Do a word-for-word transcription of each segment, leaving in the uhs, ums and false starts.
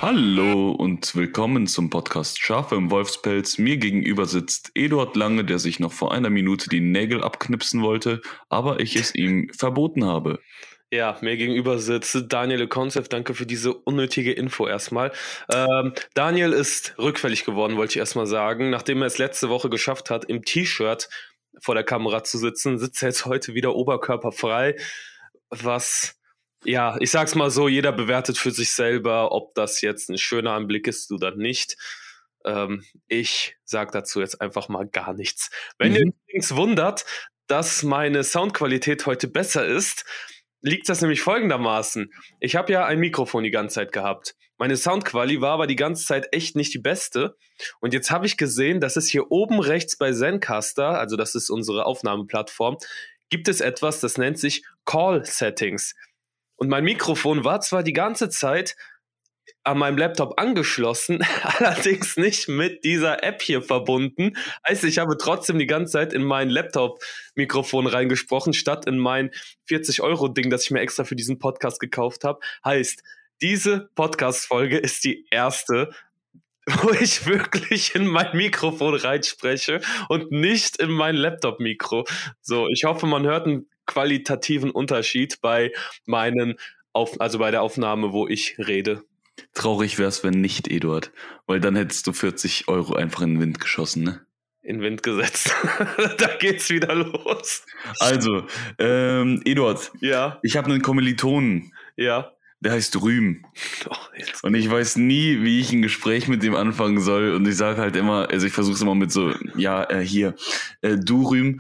Hallo und willkommen zum Podcast Schafe im Wolfspelz. Mir gegenüber sitzt Eduard Lange, der sich noch vor einer Minute die Nägel abknipsen wollte, aber ich es ihm verboten habe. Ja, mir gegenüber sitzt Daniel Konzev. Danke für diese unnötige Info erstmal. Ähm, Daniel ist rückfällig geworden, wollte ich erstmal sagen. Nachdem er es letzte Woche geschafft hat, im T-Shirt vor der Kamera zu sitzen, sitzt er jetzt heute wieder oberkörperfrei. Was, ja, ich sag's mal so, jeder bewertet für sich selber, ob das jetzt ein schöner Anblick ist oder nicht. Ähm, ich sag dazu jetzt einfach mal gar nichts. Wenn Mhm. ihr übrigens wundert, dass meine Soundqualität heute besser ist, liegt das nämlich folgendermaßen. Ich habe ja ein Mikrofon die ganze Zeit gehabt. Meine Soundquali war aber die ganze Zeit echt nicht die beste. Und jetzt habe ich gesehen, dass es hier oben rechts bei Zencastr, also das ist unsere Aufnahmeplattform, gibt es etwas, das nennt sich Call Settings. Und mein Mikrofon war zwar die ganze Zeit an meinem Laptop angeschlossen, allerdings nicht mit dieser App hier verbunden. Heißt, ich habe trotzdem die ganze Zeit in mein Laptop-Mikrofon reingesprochen, statt in mein vierzig-Euro-Ding, das ich mir extra für diesen Podcast gekauft habe. Heißt, diese Podcast-Folge ist die erste, wo ich wirklich in mein Mikrofon reinspreche und nicht in mein Laptop-Mikro. So, ich hoffe, man hört einen qualitativen Unterschied bei meinen, Auf- also bei der Aufnahme, wo ich rede. Traurig wär's, wenn nicht, Eduard, weil dann hättest du vierzig Euro einfach in den Wind geschossen, ne? In den Wind gesetzt. Da geht's wieder los. Also, ähm, Eduard, Ja, ich habe einen Kommilitonen, ja. der heißt Rühm. Oh, jetzt. Und ich weiß nie, wie ich ein Gespräch mit dem anfangen soll. Und ich sage halt immer, also ich versuche es immer mit so, ja, äh, hier, äh, du Rühm.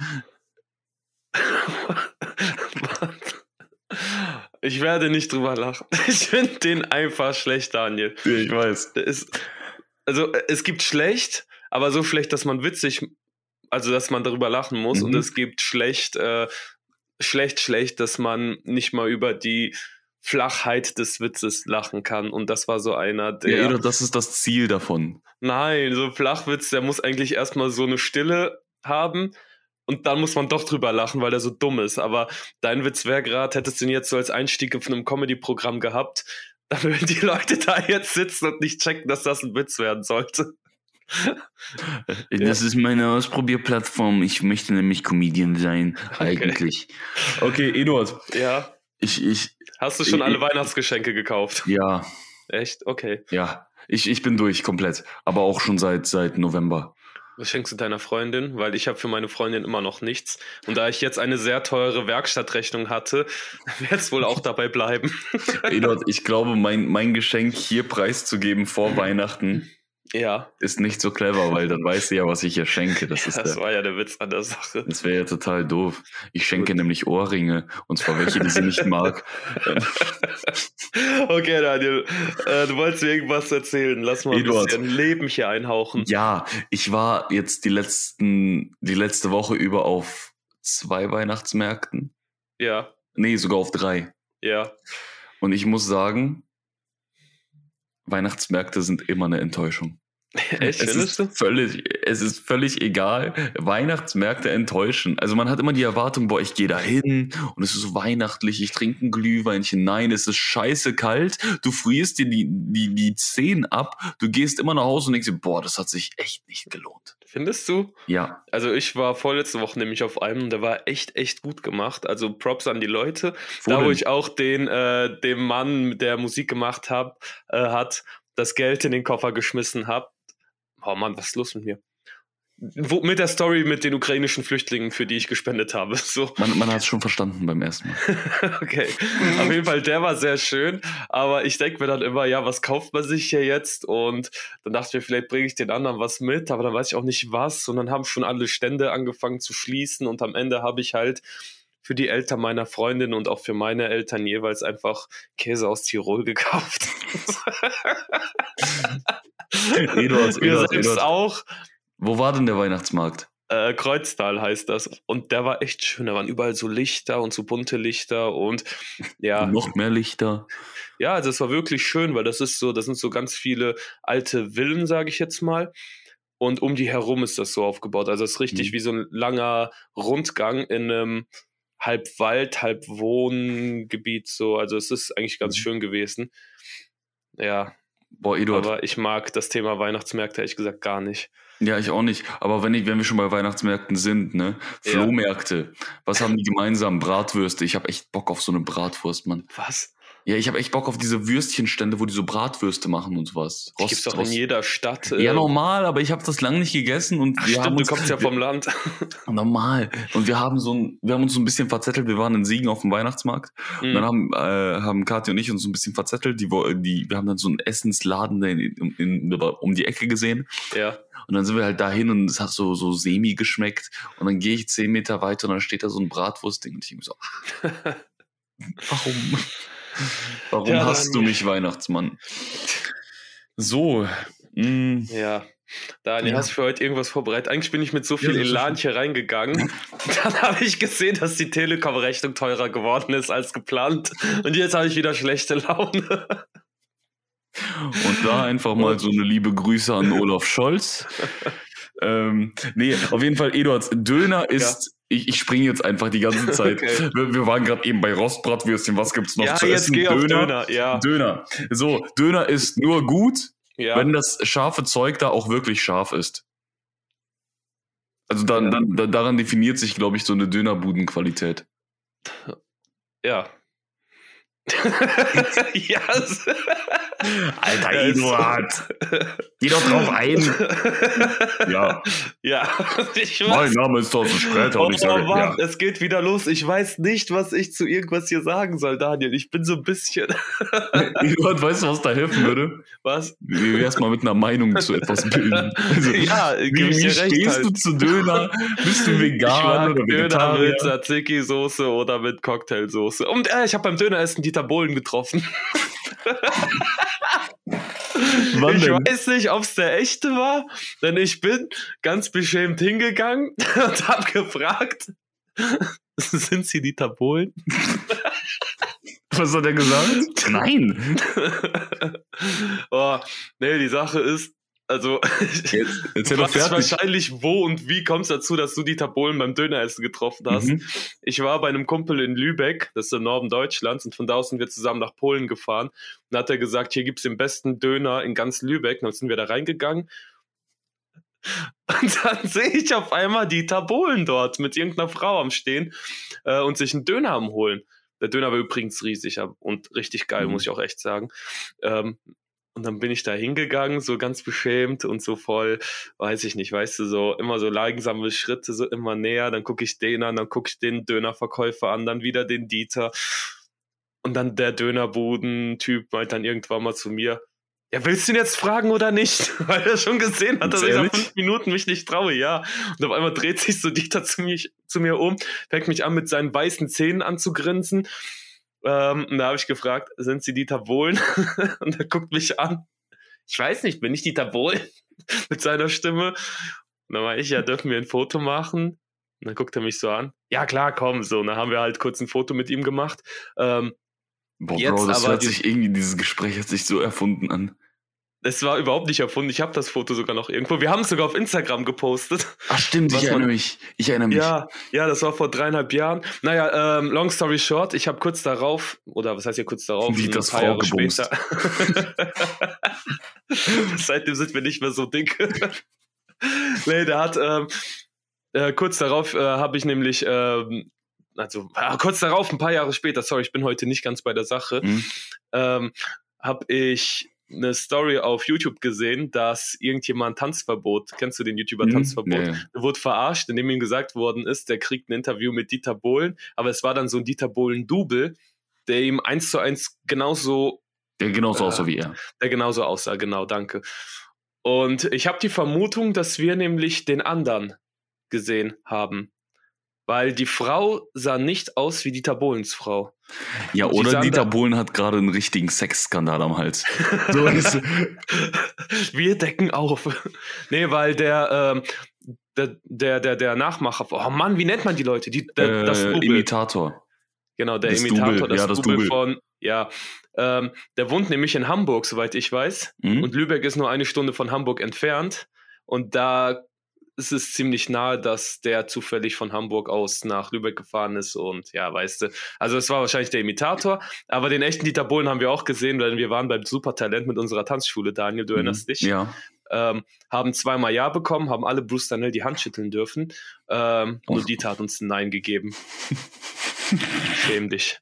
Ich werde nicht drüber lachen. Ich finde den einfach schlecht, Daniel. Ja, ich weiß. Der ist, also es gibt schlecht, aber so schlecht, dass man witzig, also dass man darüber lachen muss. Mhm. Und es gibt schlecht, äh, schlecht, schlecht, dass man nicht mal über die Flachheit des Witzes lachen kann. Und das war so einer, der... Ja, Eduard, das ist das Ziel davon. Nein, so ein Flachwitz, der muss eigentlich erstmal so eine Stille haben und dann muss man doch drüber lachen, weil der so dumm ist. Aber dein Witz wäre gerade, hättest du ihn jetzt so als Einstieg von einem Comedy-Programm gehabt, dann würden die Leute da jetzt sitzen und nicht checken, dass das ein Witz werden sollte. Das ja. ist meine Ausprobierplattform. Ich möchte nämlich Comedian sein, eigentlich. Okay, okay, Eduard. Ja. Ich, ich, Hast du schon ich, alle Weihnachtsgeschenke gekauft? Ja. Echt? Okay. Ja, ich, ich bin durch, komplett. Aber auch schon seit, seit November. Was schenkst du deiner Freundin? Weil ich habe für meine Freundin immer noch nichts. Und da ich jetzt eine sehr teure Werkstattrechnung hatte, wird es wohl auch dabei bleiben. Eduard, ich glaube, mein, mein Geschenk hier preiszugeben vor Weihnachten ja. ist nicht so clever, weil dann weiß sie ja, was ich ihr schenke. Das, ja, ist das der, war ja der Witz an der Sache. Das wäre ja total doof. Ich schenke Gut. nämlich Ohrringe, und zwar welche, die sie nicht mag. Okay, Daniel, äh, du wolltest mir irgendwas erzählen. Lass mal Eduard. ein bisschen Leben hier einhauchen. Ja, ich war jetzt die letzten, die letzte Woche über auf zwei Weihnachtsmärkten. Ja. Nee, sogar auf drei. Ja. Und ich muss sagen, Weihnachtsmärkte sind immer eine Enttäuschung. Echt, es findest ist du? Völlig, es ist völlig egal. Weihnachtsmärkte enttäuschen. Also man hat immer die Erwartung, boah, ich gehe da hin und es ist so weihnachtlich, ich trinke ein Glühweinchen. Nein, es ist scheiße kalt. Du frierst dir die, die, die Zehen ab. Du gehst immer nach Hause und denkst dir, boah, das hat sich echt nicht gelohnt. Findest du? Ja. Also ich war vorletzte Woche nämlich auf einem, der war echt, echt gut gemacht. Also Props an die Leute. Wo da, denn? wo ich auch den, äh, dem Mann, der Musik gemacht hab, äh, hat, das Geld in den Koffer geschmissen habe. Oh Mann, was ist los mit mir? Wo, mit der Story mit den ukrainischen Flüchtlingen, für die ich gespendet habe. So. Man, man hat es schon verstanden beim ersten Mal. Okay, auf jeden Fall, der war sehr schön, aber ich denke mir dann immer, ja, was kauft man sich hier jetzt? Und dann dachte ich mir, vielleicht bringe ich den anderen was mit, aber dann weiß ich auch nicht was. Und dann haben schon alle Stände angefangen zu schließen und am Ende habe ich halt für die Eltern meiner Freundin und auch für meine Eltern jeweils einfach Käse aus Tirol gekauft. Eduard, Wir Eduard, selbst Eduard. auch. Wo war denn der Weihnachtsmarkt? Äh, Kreuztal heißt das. Und der war echt schön. Da waren überall so Lichter und so bunte Lichter und ja. Und noch mehr Lichter. Ja, also es war wirklich schön, weil das ist so, das sind so ganz viele alte Villen, sage ich jetzt mal. Und um die herum ist das so aufgebaut. Also es ist richtig mhm. wie so ein langer Rundgang in einem halb Wald, halb Wohngebiet. So. Also es ist eigentlich ganz mhm. schön gewesen. Ja. Boah, Eduard. Aber ich mag das Thema Weihnachtsmärkte ehrlich gesagt gar nicht. Ja, ich auch nicht. Aber wenn, ich, wenn wir schon bei Weihnachtsmärkten sind, ne? Ja. Flohmärkte. Was haben die gemeinsam? Bratwürste. Ich habe echt Bock auf so eine Bratwurst, Mann. Was? Ja, ich habe echt Bock auf diese Würstchenstände, wo die so Bratwürste machen und sowas. Die gibt's doch in jeder Stadt. Ja, äh, normal, aber ich habe das lange nicht gegessen und Ach, wir stimmt, haben du uns, kommst ja vom Land. normal. Und wir haben so ein, wir haben uns so ein bisschen verzettelt. Wir waren in Siegen auf dem Weihnachtsmarkt. Und Mhm. dann haben, äh, haben Kathi und ich uns so ein bisschen verzettelt. Die, wo- die, wir haben dann so einen Essensladen in, in, in, um die Ecke gesehen. Ja. Und dann sind wir halt dahin und es hat so, so semi geschmeckt. Und dann gehe ich zehn Meter weiter und dann steht da so ein Bratwurstding. Und ich denke so, ach, warum? Warum Ja, hast du Daniel. mich, Weihnachtsmann? So. Mh, Ja. Daniel, Ja. hast du für heute irgendwas vorbereitet? Eigentlich bin ich mit so viel Ja, Elan hier reingegangen. Dann habe ich gesehen, dass die Telekom-Rechnung teurer geworden ist als geplant. Und jetzt habe ich wieder schlechte Laune. Und da einfach mal so eine liebe Grüße an Olaf Scholz. ähm, nee, auf jeden Fall, Eduard, Döner ist, ich, ich springe jetzt einfach die ganze Zeit. Okay. Wir, wir waren gerade eben bei Rostbratwürstchen, was gibt's noch Ja, zu jetzt essen? geh auf Döner. Ja. Döner. So, Döner ist nur gut, Ja. wenn das scharfe Zeug da auch wirklich scharf ist. Also dann, Ja. dann, da- daran definiert sich, glaube ich, so eine Dönerbudenqualität. Ja. ja. es- Alter, Ja, es- Eduard, geh doch drauf ein. Ja, Ja, ich weiß. mein Name ist Thorsten Sträter Oh und ich sage, Mann, ja. es geht wieder los. Ich weiß nicht, was ich zu irgendwas hier sagen soll, Daniel. Ich bin so ein bisschen. Eduard, weißt du, was da helfen würde? Was? Wie wär's mal mit einer Meinung zu etwas bilden? Also, Ja, wie, gebe ich wie dir recht. stehst Halt. du zu Döner? Bist du Ich vegan mag oder Döner Vegetarier? mit Tzatziki-Soße oder mit Cocktailsoße. Und äh, ich habe beim Döneressen Dieter Bohlen getroffen. Wann ich denn? weiß nicht, ob es der echte war, denn ich bin ganz beschämt hingegangen und habe gefragt, sind Sie Dieter Bohlen? Was hat er gesagt? Nein. oh, nee, die Sache ist, also Jetzt, jetzt du doch weißt fertig. wahrscheinlich, wo und wie kommt es dazu, dass du Dieter Bohlen beim Döneressen getroffen hast. Mhm. Ich war bei einem Kumpel in Lübeck, das ist im Norden Deutschlands, und von da aus sind wir zusammen nach Polen gefahren. Und dann hat er gesagt, hier gibt's den besten Döner in ganz Lübeck. Und dann sind wir da reingegangen. Und dann sehe ich auf einmal Dieter Bohlen dort mit irgendeiner Frau am Stehen äh, und sich einen Döner am Holen. Der Döner war übrigens riesig und richtig geil, Mhm. muss ich auch echt sagen. Ähm, und dann bin ich da hingegangen, so ganz beschämt und so voll, weiß ich nicht, weißt du, so immer so langsame Schritte, so immer näher. Dann gucke ich den an, dann gucke ich den Dönerverkäufer an, dann wieder den Dieter. Und dann der Dönerbuden-Typ meint dann irgendwann mal zu mir, ja, willst du ihn jetzt fragen oder nicht? Weil er schon gesehen hat, Ganz dass ich nach ehrlich? fünf Minuten mich nicht traue, ja. Und auf einmal dreht sich so Dieter zu mir, zu mir um, fängt mich an, mit seinen weißen Zähnen anzugrinsen. Ähm, und da habe ich gefragt, sind Sie Dieter Bohlen? Und er guckt mich an. Ich weiß nicht, bin ich Dieter Bohlen? Mit seiner Stimme. Und dann meinte ich, ja, dürfen wir ein Foto machen? Und dann guckt er mich so an. Ja, klar, komm, so. Und dann haben wir halt kurz ein Foto mit ihm gemacht. Ähm, Boah, Jetzt Bro, das aber hört die- sich irgendwie, dieses Gespräch hat sich so erfunden an. Es war überhaupt nicht erfunden. Ich habe das Foto sogar noch irgendwo. Wir haben es sogar auf Instagram gepostet. Ach stimmt, Was ich erinnere man- mich. Ich erinnere mich. Ja, ja, das war vor dreieinhalb Jahren. Naja, ähm, long story short, ich habe kurz darauf, oder was heißt ja kurz darauf, Wie ein das paar Frau Jahre gebumst. später. Seitdem sind wir nicht mehr so dick. Nee, der hat, ähm, äh, kurz darauf äh, habe ich nämlich, ähm, also äh, kurz darauf, ein paar Jahre später, sorry, ich bin heute nicht ganz bei der Sache, Hm? ähm, habe ich eine Story auf YouTube gesehen, dass irgendjemand Tanzverbot, kennst du den YouTuber Hm? Tanzverbot? Nee. Der wurde verarscht, indem ihm gesagt worden ist, der kriegt ein Interview mit Dieter Bohlen, aber es war dann so ein Dieter Bohlen-Double, der ihm eins zu eins genauso, Der genauso Äh, aussah wie er. der genauso aussah, genau, danke. Und ich habe die Vermutung, dass wir nämlich den anderen gesehen haben. Weil die Frau sah nicht aus wie Dieter Bohlens Frau. Ja, die oder sahen Dieter da- Bohlen hat gerade einen richtigen Sexskandal am Hals. So ist, Wir decken auf. Nee, weil der, ähm, der, der, der, der Nachmacher, oh Mann, wie nennt man die Leute? Die, der, das äh, Double. Imitator. Genau, der das Imitator, Double, das, ja, das Double, Double. von, ja, ähm, der wohnt nämlich in Hamburg, soweit ich weiß. Hm? Und Lübeck ist nur eine Stunde von Hamburg entfernt. Und da es ist ziemlich nahe, dass der zufällig von Hamburg aus nach Lübeck gefahren ist und ja, weißt du, also es war wahrscheinlich der Imitator, aber den echten Dieter Bohlen haben wir auch gesehen, weil wir waren beim Supertalent mit unserer Tanzschule, Daniel, du erinnerst dich? Ja. Ähm, haben zweimal Ja bekommen, haben alle Bruce Danell die Hand schütteln dürfen, ähm, nur Dieter hat uns ein Nein gegeben. Schäm dich.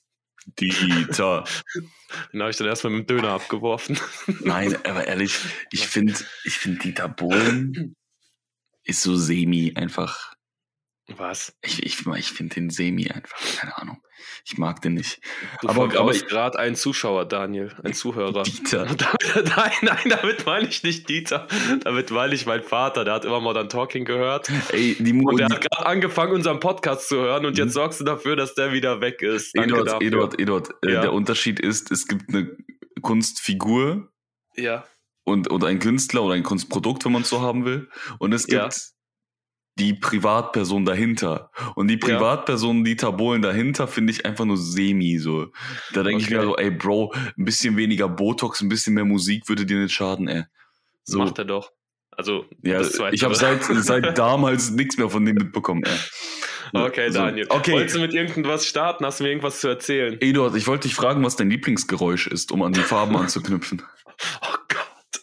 Dieter. Den habe ich dann erstmal mit dem Döner abgeworfen. Nein, aber ehrlich, ich finde ich find Dieter Bohlen ist so semi einfach. Was? Ich, ich, ich finde den semi einfach, keine Ahnung. Ich mag den nicht. Du aber aber ich, gerade einen Zuschauer, Daniel, ein Zuhörer. Dieter. Nein, nein, damit meine ich nicht Dieter. Damit meine ich meinen Vater, der hat immer Modern Talking gehört. Ey, die und der hat gerade angefangen, unseren Podcast zu hören und jetzt sorgst du dafür, dass der wieder weg ist. Danke Eduard, dafür. Eduard, Eduard, ja. äh, der Unterschied ist, es gibt eine Kunstfigur ja. und, oder ein Künstler oder ein Kunstprodukt, wenn man es so haben will. Und es gibt ja. die Privatperson dahinter. Und die Privatperson Dieter Bohlen dahinter finde ich einfach nur semi so. Da denke okay. ich mir so, ey Bro, ein bisschen weniger Botox, ein bisschen mehr Musik würde dir nicht schaden, ey. So. Macht er doch. Also, ja, ich habe seit, seit damals nichts mehr von dem mitbekommen, ey. Okay, so. Daniel. Okay. Wolltest du mit irgendwas starten? Hast du mir irgendwas zu erzählen? Eduard, ich wollte dich fragen, was dein Lieblingsgeräusch ist, um an die Farben anzuknüpfen. Oh Gott.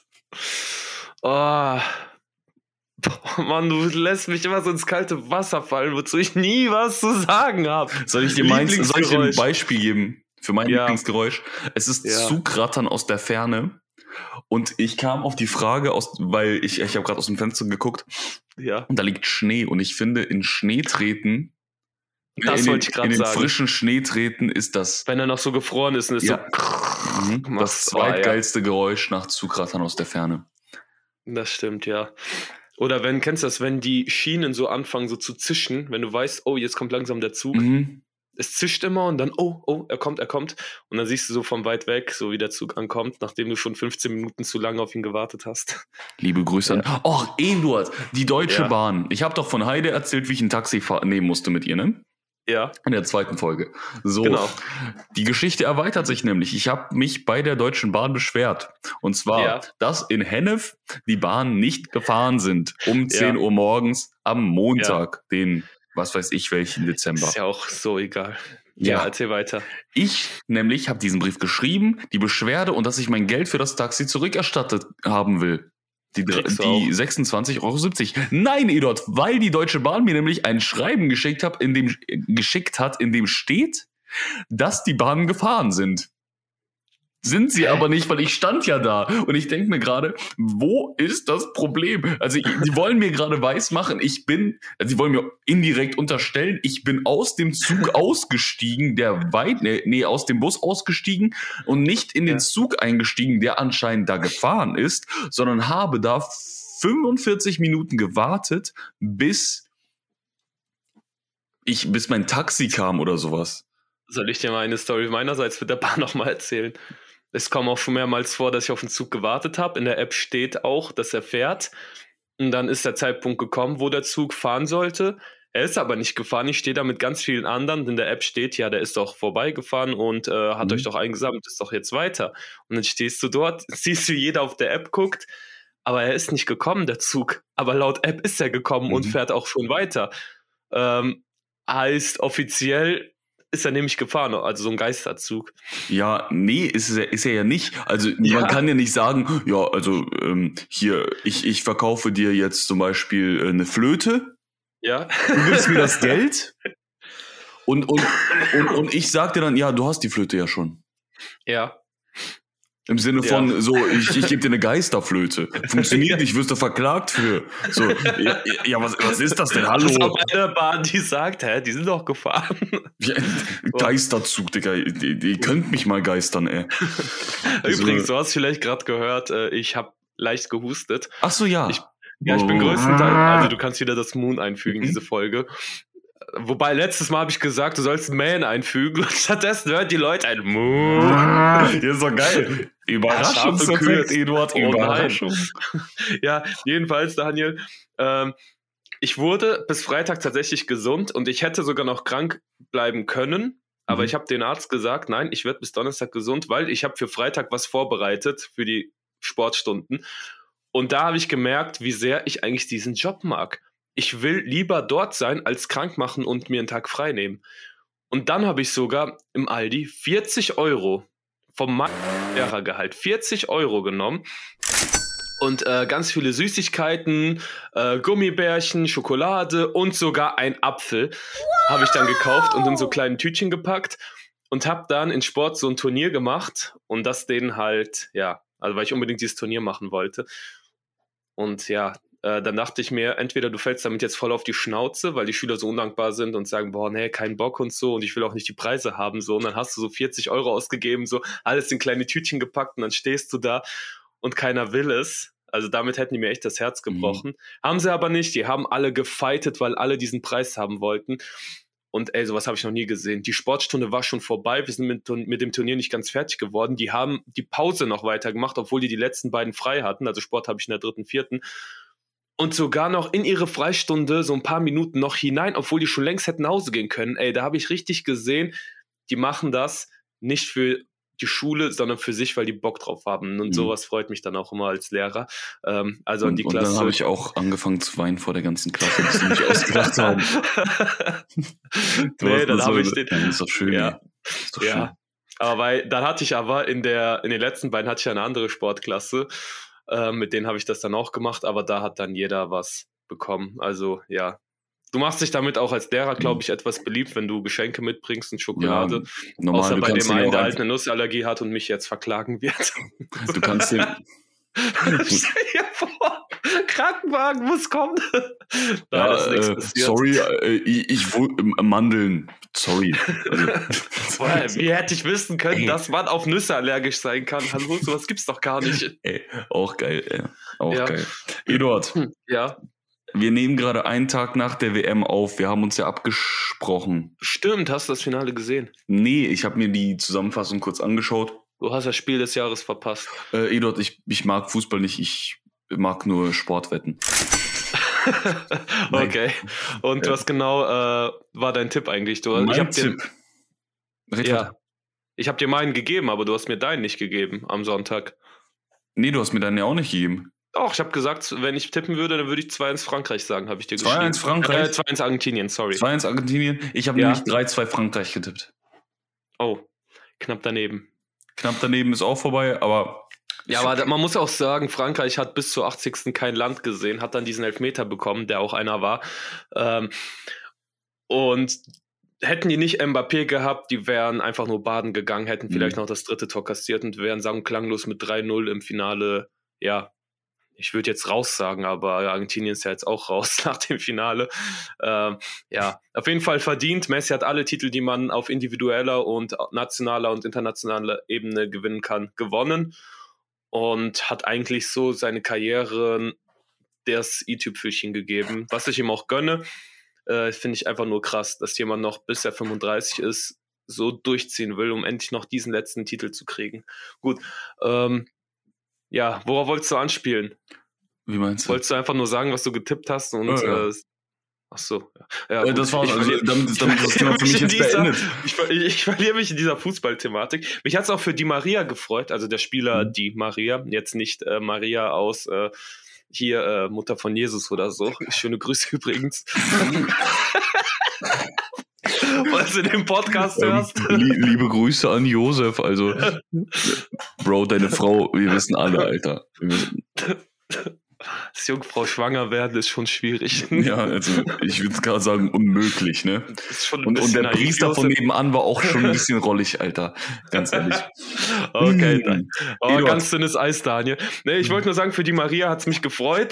Oh. Boah, Mann, du lässt mich immer so ins kalte Wasser fallen, wozu ich nie was zu sagen habe. Soll ich dir meins, soll ich dir ein Beispiel geben für mein ja. Lieblingsgeräusch? Es ist ja. Zugrattern aus der Ferne. Und ich kam auf die Frage, aus, weil ich, ich habe gerade aus dem Fenster geguckt. Ja. Und da liegt Schnee. Und ich finde, in Schnee treten, das in, wollte ich gerade sagen. In den sagen. frischen Schnee treten ist das... Wenn er noch so gefroren ist, ist ja. so... Mhm. Das zweitgeilste ja. Geräusch nach Zugrattern aus der Ferne. Das stimmt, ja. Oder wenn, kennst du das, wenn die Schienen so anfangen so zu zischen, wenn du weißt, oh, jetzt kommt langsam der Zug. Mhm. Es zischt immer und dann, oh, oh, er kommt, er kommt. Und dann siehst du so von weit weg, so wie der Zug ankommt, nachdem du schon fünfzehn Minuten zu lange auf ihn gewartet hast. Liebe Grüße ja. an... Och, Eduard, die Deutsche ja. Bahn. Ich habe doch von Heide erzählt, wie ich ein Taxi nehmen musste mit ihr, ne? Ja. In der zweiten Folge. So, genau. Die Geschichte erweitert sich nämlich. Ich habe mich bei der Deutschen Bahn beschwert. Und zwar, ja. dass in Hennef die Bahnen nicht gefahren sind um zehn ja. Uhr morgens am Montag, ja. den, was weiß ich, welchen Dezember. Ist ja auch so egal. Ja, ja erzähl weiter. Ich nämlich habe diesen Brief geschrieben, die Beschwerde und dass ich mein Geld für das Taxi zurückerstattet haben will. Die, die sechsundzwanzig Euro siebzig. Nein, Eduard, weil die Deutsche Bahn mir nämlich ein Schreiben geschickt hat, in dem, geschickt hat, in dem steht, dass die Bahnen gefahren sind. Sind sie aber nicht, weil ich stand ja da. Und ich denke mir gerade, wo ist das Problem? Also, die wollen mir gerade weismachen, ich bin, also sie wollen mir indirekt unterstellen, ich bin aus dem Zug ausgestiegen, der weit, nee, nee, aus dem Bus ausgestiegen und nicht in den ja. Zug eingestiegen, der anscheinend da gefahren ist, sondern habe da fünfundvierzig Minuten gewartet, bis ich, bis mein Taxi kam oder sowas. Soll ich dir mal eine Story meinerseits mit der Bahn nochmal erzählen? Es kam auch schon mehrmals vor, dass ich auf den Zug gewartet habe. In der App steht auch, dass er fährt. Und dann ist der Zeitpunkt gekommen, wo der Zug fahren sollte. Er ist aber nicht gefahren. Ich stehe da mit ganz vielen anderen. In der App steht, ja, der ist doch vorbeigefahren und äh, hat mhm. euch doch eingesammelt, ist doch jetzt weiter. Und dann stehst du dort, siehst du, jeder auf der App guckt. Aber er ist nicht gekommen, der Zug. Aber laut App ist er gekommen mhm. und fährt auch schon weiter. Ähm, heißt offiziell... ist er nämlich gefahren, also so ein Geisterzug. Ja, nee, ist er, ist er ja nicht. Also ja. man kann ja nicht sagen, ja, also ähm, hier, ich, ich verkaufe dir jetzt zum Beispiel äh, eine Flöte. Ja. Du gibst mir das Geld und, und, und, und ich sag dir dann, ja, du hast die Flöte ja schon. Ja. Im Sinne von, ja. so, ich, ich gebe dir eine Geisterflöte. Funktioniert nicht, wirst du verklagt für. So, ja, ja was, was ist das denn? Hallo? Das ist eine Bahn, die sagt, hä, die sind doch gefahren. Ja, Geisterzug, Digga. Die, die könnt mich mal geistern, ey. Übrigens, so. Du hast vielleicht gerade gehört, ich habe leicht gehustet. Ach so, ja. Ich, ja, ich bin größtenteils, also du kannst wieder das Moon einfügen, mhm. diese Folge. Wobei, letztes Mal habe ich gesagt, du sollst Man einfügen und stattdessen hört die Leute ein Moon. Das ist doch geil. Überraschungseffekt, Eduard. Oh, Überraschung. Ja, jedenfalls, Daniel, ähm, ich wurde bis Freitag tatsächlich gesund und ich hätte sogar noch krank bleiben können, aber mhm. ich habe den Arzt gesagt, nein, ich werde bis Donnerstag gesund, weil ich habe für Freitag was vorbereitet, für die Sportstunden. Und da habe ich gemerkt, wie sehr ich eigentlich diesen Job mag. Ich will lieber dort sein, als krank machen und mir einen Tag frei nehmen. Und dann habe ich sogar im Aldi vierzig Euro vom Lehrergehalt, vierzig Euro genommen und äh, ganz viele Süßigkeiten, äh, Gummibärchen, Schokolade und sogar ein Apfel habe ich dann gekauft und in so kleinen Tütchen gepackt und habe dann in Sport so ein Turnier gemacht und das denen halt, ja, also weil ich unbedingt dieses Turnier machen wollte. Und ja, äh, dann dachte ich mir, entweder du fällst damit jetzt voll auf die Schnauze, weil die Schüler so undankbar sind und sagen, boah, nee, kein Bock und so und ich will auch nicht die Preise haben, so. Und dann hast du so vierzig Euro ausgegeben, so alles in kleine Tütchen gepackt und dann stehst du da und keiner will es. Also damit hätten die mir echt das Herz gebrochen. Mhm. Haben sie aber nicht, die haben alle gefightet, weil alle diesen Preis haben wollten. Und ey, sowas habe ich noch nie gesehen. Die Sportstunde war schon vorbei, wir sind mit, mit dem Turnier nicht ganz fertig geworden. Die haben die Pause noch weitergemacht, obwohl die die letzten beiden frei hatten. Also Sport habe ich in der dritten, vierten. Und sogar noch in ihre Freistunde so ein paar Minuten noch hinein, obwohl die schon längst hätten nach Hause gehen können. Ey, da habe ich richtig gesehen, die machen das nicht für die Schule, sondern für sich, weil die Bock drauf haben. Und mhm. sowas freut mich dann auch immer als Lehrer. Ähm, also und, an die Klasse. Und dann habe ich auch angefangen zu weinen vor der ganzen Klasse, bis sie mich ausgelacht haben. Nee, dann habe ich den... Das ist doch schön. Ja, ist doch ja. schön. Aber weil, dann hatte ich aber in der, in den letzten beiden hatte ich eine andere Sportklasse. Äh, mit denen habe ich das dann auch gemacht, aber da hat dann jeder was bekommen. Also ja, du machst dich damit auch als Lehrer, glaube ich, etwas beliebt, wenn du Geschenke mitbringst und Schokolade. Ja, normal, außer bei dem einen, der halt eine Nussallergie hat und mich jetzt verklagen wird. Du kannst den... Stell dir vor, Krankenwagen muss kommen. Da ja, ist nichts äh, sorry, äh, ich, ich äh, Mandeln. Sorry. Also, wie hätte ich wissen können, ey, dass man auf Nüsse allergisch sein kann? Hallo, sowas gibt's doch gar nicht. Ey, auch geil, ey. Auch ja. geil. Eduard. Ja. Wir nehmen gerade einen Tag nach der W M auf. Wir haben uns ja abgesprochen. Stimmt, hast du das Finale gesehen? Nee, ich habe mir die Zusammenfassung kurz angeschaut. Du hast das Spiel des Jahres verpasst. Äh, Eduard, ich, ich mag Fußball nicht. Ich mag nur Sportwetten. Okay. Und ja. was genau äh, war dein Tipp eigentlich? Du, mein ich hab Tipp? Den, ja. Ich habe dir meinen gegeben, aber du hast mir deinen nicht gegeben am Sonntag. Nee, du hast mir deinen ja auch nicht gegeben. Doch, ich habe gesagt, wenn ich tippen würde, dann würde ich zwei eins Frankreich sagen, habe ich dir geschrieben. zwei eins Frankreich? Äh, zwei eins Argentinien, sorry. zwei eins Argentinien? Ich habe ja. nämlich drei zwei Frankreich getippt. Oh, knapp daneben. Knapp daneben ist auch vorbei, aber... Ja, aber man muss auch sagen, Frankreich hat bis zur achtzigsten kein Land gesehen, hat dann diesen Elfmeter bekommen, der auch einer war. Ähm, und hätten die nicht Mbappé gehabt, die wären einfach nur baden gegangen, hätten vielleicht mhm. noch das dritte Tor kassiert und wären sang- und klanglos mit drei null im Finale, ja, ich würde jetzt raus sagen, aber Argentinien ist ja jetzt auch raus nach dem Finale. Ähm, ja, auf jeden Fall verdient. Messi hat alle Titel, die man auf individueller und nationaler und internationaler Ebene gewinnen kann, gewonnen. Und hat eigentlich so seine Karriere das i-Tüpfelchen gegeben, was ich ihm auch gönne. Äh, finde ich einfach nur krass, dass jemand noch, bis er fünfunddreißig ist, so durchziehen will, um endlich noch diesen letzten Titel zu kriegen. Gut, ähm, ja, worauf wolltest du anspielen? Wie meinst du? Wolltest du einfach nur sagen, was du getippt hast? Und, oh, ja. äh, ach so. Ja, äh, das war also, verliere, damit, damit das Thema für mich jetzt dieser, beendet. Ich, ich, ich verliere mich in dieser Fußballthematik. Mich hat es auch für Di Maria gefreut, also der Spieler mhm. Di Maria, jetzt nicht äh, Maria aus äh, hier äh, Mutter von Jesus oder so. Schöne Grüße übrigens. Was du den Podcast ähm, hörst. Lie- liebe Grüße an Josef, also Bro, deine Frau, wir wissen alle, Alter. Wir wissen. Als Jungfrau schwanger werden ist schon schwierig. Ja, also ich würde gerade sagen, unmöglich, ne? Das ist schon ein und, und der naiv, Priester Josef. von nebenan war auch schon ein bisschen rollig, Alter. Ganz ehrlich. Okay, hm. oh, Eduard. Ganz dünnes Eis, Daniel. Nee, ich wollte nur sagen, für die Maria hat es mich gefreut.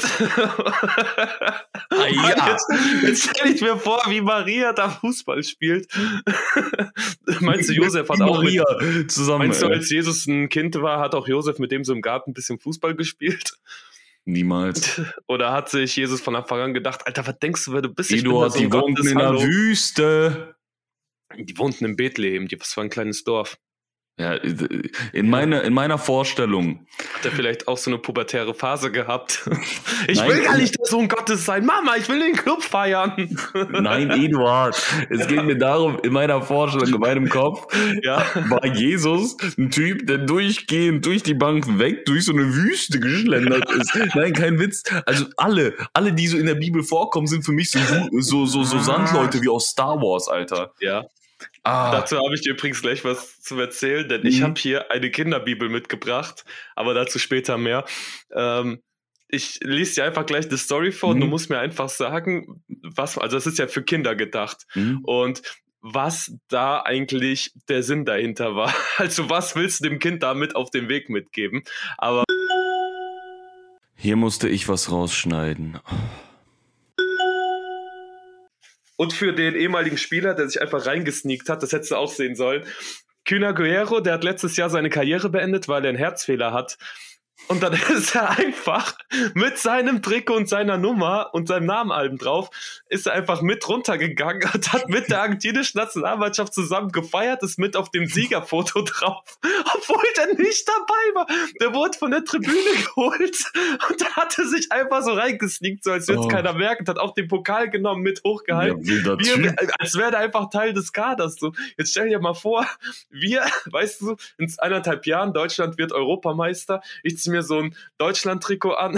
Ah, ja. Jetzt, jetzt stelle ich mir vor, wie Maria da Fußball spielt. Meinst du, Josef hat auch Maria mit, zusammen. Meinst du, als Jesus ein Kind war, hat auch Josef mit dem so im Garten ein bisschen Fußball gespielt? Niemals. Oder hat sich Jesus von Anfang an gedacht, Alter, was denkst du, wer du bist? Ich Eduard, bin da so die wohnten in der Wüste. Die wohnten in Bethlehem, die, was war ein kleines Dorf. Ja, in, meine, in meiner Vorstellung. Hat er vielleicht auch so eine pubertäre Phase gehabt? Ich Nein, will gar nicht der Sohn Gottes sein. Mama, ich will den Club feiern. Nein, Eduard. Es geht mir darum, in meiner Vorstellung, in meinem Kopf, Ja. war Jesus ein Typ, der durchgehend durch die Bank weg, durch so eine Wüste geschlendert ist. Nein, kein Witz. Also alle, alle, die so in der Bibel vorkommen, sind für mich so, so, so, so Sandleute wie aus Star Wars, Alter. Ja. Ah. Dazu habe ich dir übrigens gleich was zu erzählen, denn mhm. ich habe hier eine Kinderbibel mitgebracht, aber dazu später mehr. Ähm, ich lese dir einfach gleich die Story vor mhm. und du musst mir einfach sagen, was, also es ist ja für Kinder gedacht mhm. und was da eigentlich der Sinn dahinter war. Also was willst du dem Kind damit auf den Weg mitgeben? Aber hier musste ich was rausschneiden. Und für den ehemaligen Spieler, der sich einfach reingesneakt hat, das hättest du auch sehen sollen. Kun Aguero, der hat letztes Jahr seine Karriere beendet, weil er einen Herzfehler hat. Und dann ist er einfach mit seinem Trikot und seiner Nummer und seinem Namenalben drauf, ist er einfach mit runtergegangen und hat mit der argentinischen Nationalmannschaft zusammen gefeiert, ist mit auf dem Siegerfoto drauf, obwohl der nicht dabei war. Der wurde von der Tribüne geholt und da hat er sich einfach so reingesneakt, so als würde es oh. keiner merken, hat auch den Pokal genommen, mit hochgehalten, ja, wir, als wäre er einfach Teil des Kaders. So. Jetzt stell dir mal vor, wir, weißt du, in eineinhalb Jahren, Deutschland wird Europameister, ich ziehe mir so ein Deutschland-Trikot an,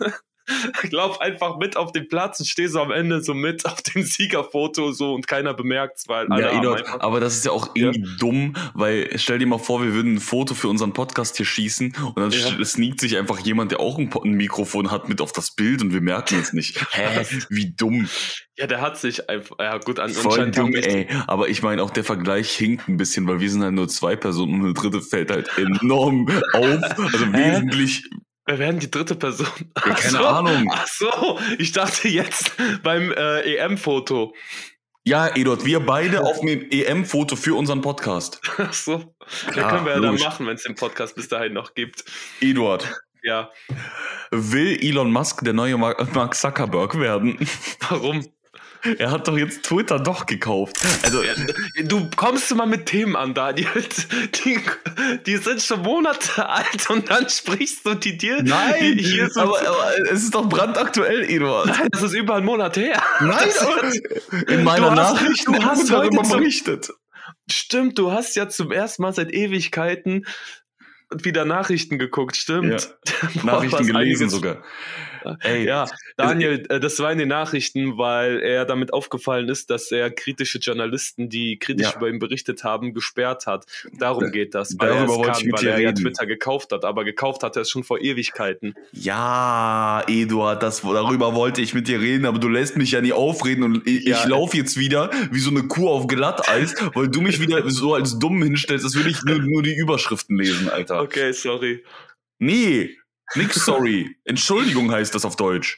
lauf einfach mit auf den Platz und stehe so am Ende so mit auf dem Siegerfoto so und keiner bemerkt's, weil alle ja, Eduard, aber das ist ja auch irgendwie ja. dumm, weil stell dir mal vor, wir würden ein Foto für unseren Podcast hier schießen und dann ja. sneakt sich einfach jemand, der auch ein, ein Mikrofon hat, mit auf das Bild und wir merken es nicht. Hä? Wie dumm. Ja, der hat sich einfach, ja gut, an voll dumm, ey. Aber ich meine, auch der Vergleich hinkt ein bisschen, weil wir sind halt nur zwei Personen und eine dritte fällt halt enorm auf. Also wesentlich. Wer werden die dritte Person? Ja, keine so, Ahnung. Ach so, ich dachte jetzt beim äh, E M-Foto. Ja, Eduard, wir beide auf dem E M-Foto für unseren Podcast. Ach so, ja, können wir ja logisch. Dann machen, wenn es den Podcast bis dahin noch gibt. Eduard. Ja. Will Elon Musk der neue Mark Zuckerberg werden? Warum? Er hat doch jetzt Twitter doch gekauft. Also du kommst mal mit Themen an, Daniel. Die, die sind schon Monate alt und dann sprichst du die dir. Nein, die, hier so aber, aber es ist doch brandaktuell, Eduard. Nein, das ist über einen Monat her. Nein, in meiner Nachricht du hast darüber berichtet. Stimmt, du hast ja zum ersten Mal seit Ewigkeiten wieder Nachrichten geguckt, stimmt. Ja. Nachrichten gelesen sogar. Ey, ja, Daniel, das war in den Nachrichten, weil er damit aufgefallen ist, dass er kritische Journalisten, die kritisch ja. über ihn berichtet haben, gesperrt hat. Darum geht das, weil Darüber er, wollte kann, ich mit weil dir er reden. ja Twitter gekauft hat, aber gekauft hat er es schon vor Ewigkeiten. Ja, Eduard, das, darüber wollte ich mit dir reden, aber du lässt mich ja nie aufreden und ich, ja, ich laufe jetzt wieder wie so eine Kuh auf Glatteis, weil du mich wieder so als dumm hinstellst, als würde ich nur, nur die Überschriften lesen, Alter. Okay, sorry. Nee. Nix sorry. Entschuldigung heißt das auf Deutsch.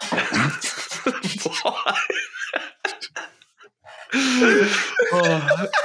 Boah. Oh.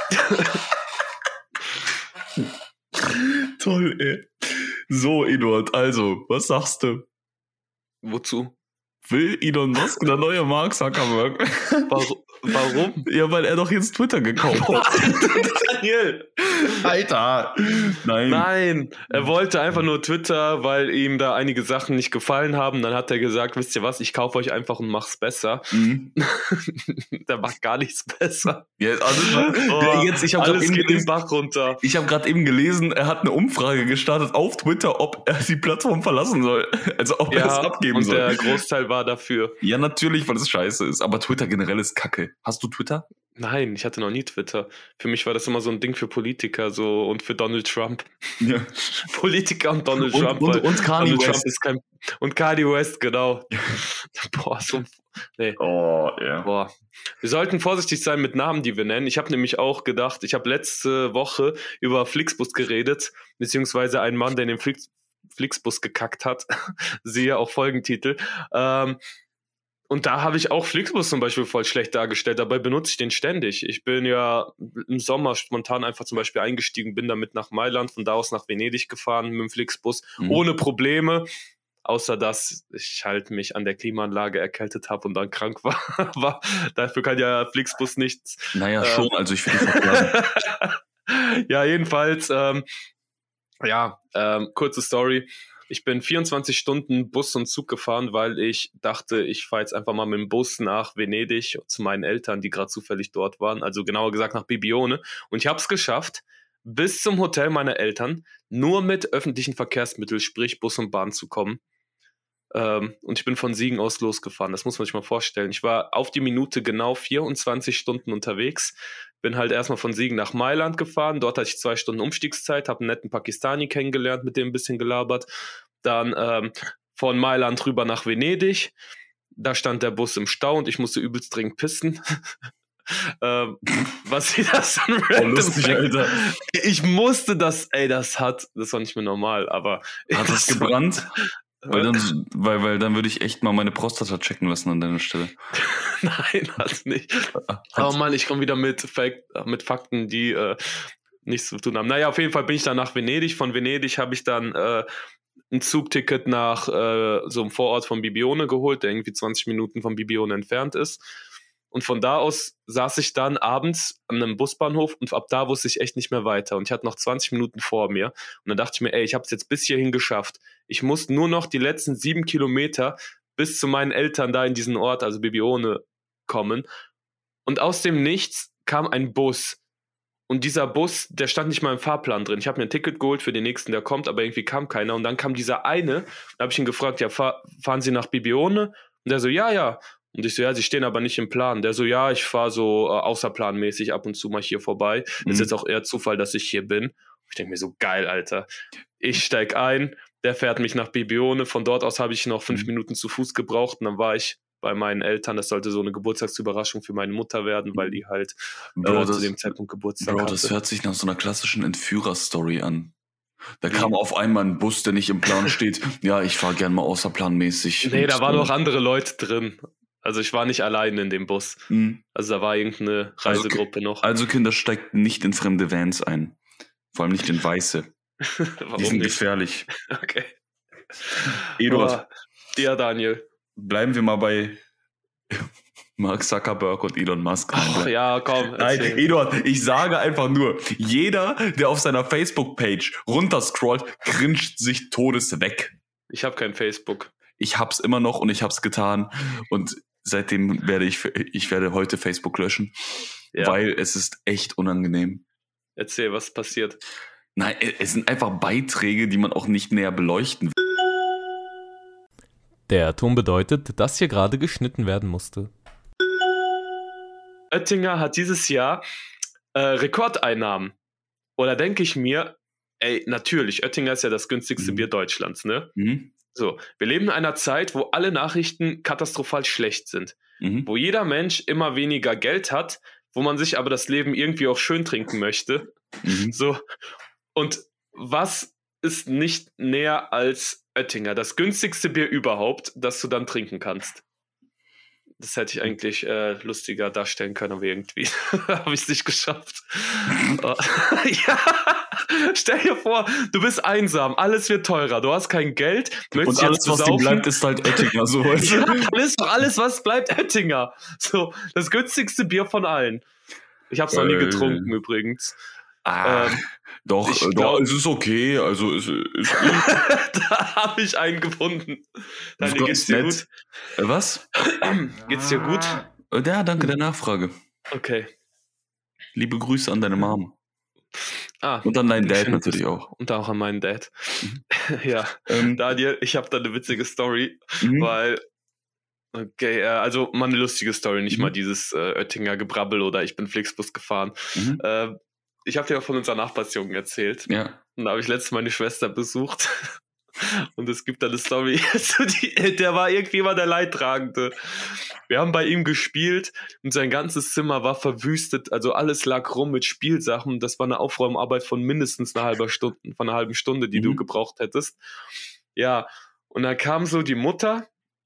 Toll, ey. So, Eduard, also, was sagst du? Wozu? Will Elon Musk der neue Mark Zuckerberg? Warum? Warum? Ja, weil er doch jetzt Twitter gekauft hat. Daniel! Alter! Nein. Nein, er wollte einfach nur Twitter, weil ihm da einige Sachen nicht gefallen haben. Dann hat er gesagt, wisst ihr was, ich kaufe euch einfach und mach's besser. Mhm. Der macht gar nichts besser. Ja, also, oh, jetzt, ich hab alles eben geht gelesen, den Bach runter. Ich habe gerade eben gelesen, er hat eine Umfrage gestartet auf Twitter, ob er die Plattform verlassen soll. Also ob ja, er es abgeben und soll. Der Großteil war dafür. Ja, natürlich, weil es scheiße ist. Aber Twitter generell ist Kacke. Hast du Twitter? Nein, ich hatte noch nie Twitter. Für mich war das immer so ein Ding für Politiker so und für Donald Trump. Ja. Politiker und Donald und, Trump. Und, und, und Kanye West. Trump ist kein, und Kanye West, genau. Boah, so. Nee. Oh, ja. Boah. Wir sollten vorsichtig sein mit Namen, die wir nennen. Ich habe nämlich auch gedacht, ich habe letzte Woche über Flixbus geredet, beziehungsweise einen Mann, der in den Flix, Flixbus gekackt hat. Siehe auch Folgentitel. Ähm, Und da habe ich auch Flixbus zum Beispiel voll schlecht dargestellt, dabei benutze ich den ständig. Ich bin ja im Sommer spontan einfach zum Beispiel eingestiegen, bin damit nach Mailand, von da aus nach Venedig gefahren mit dem Flixbus, mhm. ohne Probleme, außer dass ich halt mich an der Klimaanlage erkältet habe und dann krank war. war. Dafür kann ja Flixbus nichts. Naja, äh, schon, also ich finde es Ja, jedenfalls, ähm, ja, ähm, kurze Story. Ich bin vierundzwanzig Stunden Bus und Zug gefahren, weil ich dachte, ich fahre jetzt einfach mal mit dem Bus nach Venedig zu meinen Eltern, die gerade zufällig dort waren. Also genauer gesagt nach Bibione. Und ich habe es geschafft, bis zum Hotel meiner Eltern nur mit öffentlichen Verkehrsmitteln, sprich Bus und Bahn, zu kommen. Ähm, und ich bin von Siegen aus losgefahren. Das muss man sich mal vorstellen. Ich war auf die Minute genau vierundzwanzig Stunden unterwegs. Bin halt erstmal von Siegen nach Mailand gefahren. Dort hatte ich zwei Stunden Umstiegszeit, habe einen netten Pakistani kennengelernt, mit dem ein bisschen gelabert. Dann ähm, von Mailand rüber nach Venedig. Da stand der Bus im Stau und ich musste übelst dringend pissen. ähm, was sie das dann Oh, lustig, Alter. Ich musste das, ey, das hat, das war nicht mehr normal, aber... Hat das gebrannt? Weil dann, weil, weil dann würde ich echt mal meine Prostata checken lassen an deiner Stelle. Nein, hat's nicht. Oh Mann, ich komme wieder mit, Fakt, mit Fakten, die äh, nichts zu tun haben. Naja, auf jeden Fall bin ich dann nach Venedig. Von Venedig habe ich dann äh, ein Zugticket nach äh, so einem Vorort von Bibione geholt, der irgendwie zwanzig Minuten von Bibione entfernt ist. Und von da aus saß ich dann abends an einem Busbahnhof und ab da wusste ich echt nicht mehr weiter. Und ich hatte noch zwanzig Minuten vor mir. Und dann dachte ich mir, ey, ich habe es jetzt bis hierhin geschafft. Ich muss nur noch die letzten sieben Kilometer bis zu meinen Eltern da in diesen Ort, also Bibione, kommen. Und aus dem Nichts kam ein Bus. Und dieser Bus, der stand nicht mal im Fahrplan drin. Ich habe mir ein Ticket geholt für den nächsten, der kommt, aber irgendwie kam keiner. Und dann kam dieser eine, da habe ich ihn gefragt, ja, fahr, fahren Sie nach Bibione? Und der so, ja, ja. Und ich so, ja, Sie stehen aber nicht im Plan. Der so, ja, ich fahre so äh, außerplanmäßig ab und zu mal hier vorbei. Mhm. Ist jetzt auch eher Zufall, dass ich hier bin. Ich denke mir so, geil, Alter. Ich steig ein, der fährt mich nach Bibione. Von dort aus habe ich noch fünf mhm. Minuten zu Fuß gebraucht und dann war ich bei meinen Eltern. Das sollte so eine Geburtstagsüberraschung für meine Mutter werden, weil die halt Bro, äh, das, zu dem Zeitpunkt Geburtstag Bro, hatte. Das hört sich nach so einer klassischen Entführer-Story an. Da kam mhm. auf einmal ein Bus, der nicht im Plan steht. Ja, ich fahre gern mal außerplanmäßig. Nee, da waren noch andere Leute drin. Also ich war nicht allein in dem Bus. Mhm. Also da war irgendeine Reisegruppe also, noch. Also Kinder, steigt nicht in fremde Vans ein. Vor allem nicht in weiße. Warum Die sind nicht? gefährlich. Okay. Eduard. Oh, ja, Daniel. Bleiben wir mal bei Mark Zuckerberg und Elon Musk. Ach ja, komm. Nein, Eduard, ich sage einfach nur, jeder, der auf seiner Facebook-Page runterscrollt, cringet sich todes weg. Ich habe kein Facebook. Ich hab's immer noch und ich hab's getan und seitdem werde ich, ich werde heute Facebook löschen, ja. Weil es ist echt unangenehm. Erzähl, was passiert? Nein, es sind einfach Beiträge, die man auch nicht näher beleuchten will. Der Ton bedeutet, dass hier gerade geschnitten werden musste. Oettinger hat dieses Jahr äh, Rekordeinnahmen. Oder denke ich mir, ey, natürlich, Oettinger ist ja das günstigste mhm. Bier Deutschlands, ne? Mhm. So, wir leben in einer Zeit, wo alle Nachrichten katastrophal schlecht sind. Mhm. Wo jeder Mensch immer weniger Geld hat, wo man sich aber das Leben irgendwie auch schön trinken möchte. Mhm. So, und was ist nicht näher als Oettinger? Das günstigste Bier überhaupt, das du dann trinken kannst. Das hätte ich eigentlich äh, lustiger darstellen können, aber irgendwie habe ich es nicht geschafft. oh. Ja, stell dir vor, du bist einsam, alles wird teurer, du hast kein Geld. Und alles, was dir bleibt, ist halt Oettinger. So, weißt du? Ja, dann ist doch alles, was bleibt, Oettinger. So, das günstigste Bier von allen. Ich habe es noch nie getrunken übrigens. Ah, ähm, doch, äh, glaub, doch, es ist okay. Also es ist da habe ich einen gefunden. Daniel, geht's dir gut? Äh, was? Geht's dir gut? Ja, danke der Nachfrage. Okay. Liebe Grüße an deine Mom. Ah, und an deinen Dad natürlich auch. Und auch an meinen Dad. Mhm. Ja, ähm, Daniel, ich habe da eine witzige Story, mhm. weil Okay, also mal eine lustige Story, nicht mhm. mal dieses äh, Oettinger Gebrabbel oder ich bin Flixbus gefahren. Mhm. Äh, ich habe dir auch von unserer Nachbarsjungen erzählt. Ja. Und da habe ich letztens meine Schwester besucht. Und es gibt da eine Story, der war irgendwie immer der Leidtragende. Wir haben bei ihm gespielt und sein ganzes Zimmer war verwüstet. Also alles lag rum mit Spielsachen. Das war eine Aufräumarbeit von mindestens einer halben Stunde, von einer halben Stunde, die mhm. du gebraucht hättest. Ja, und dann kam so die Mutter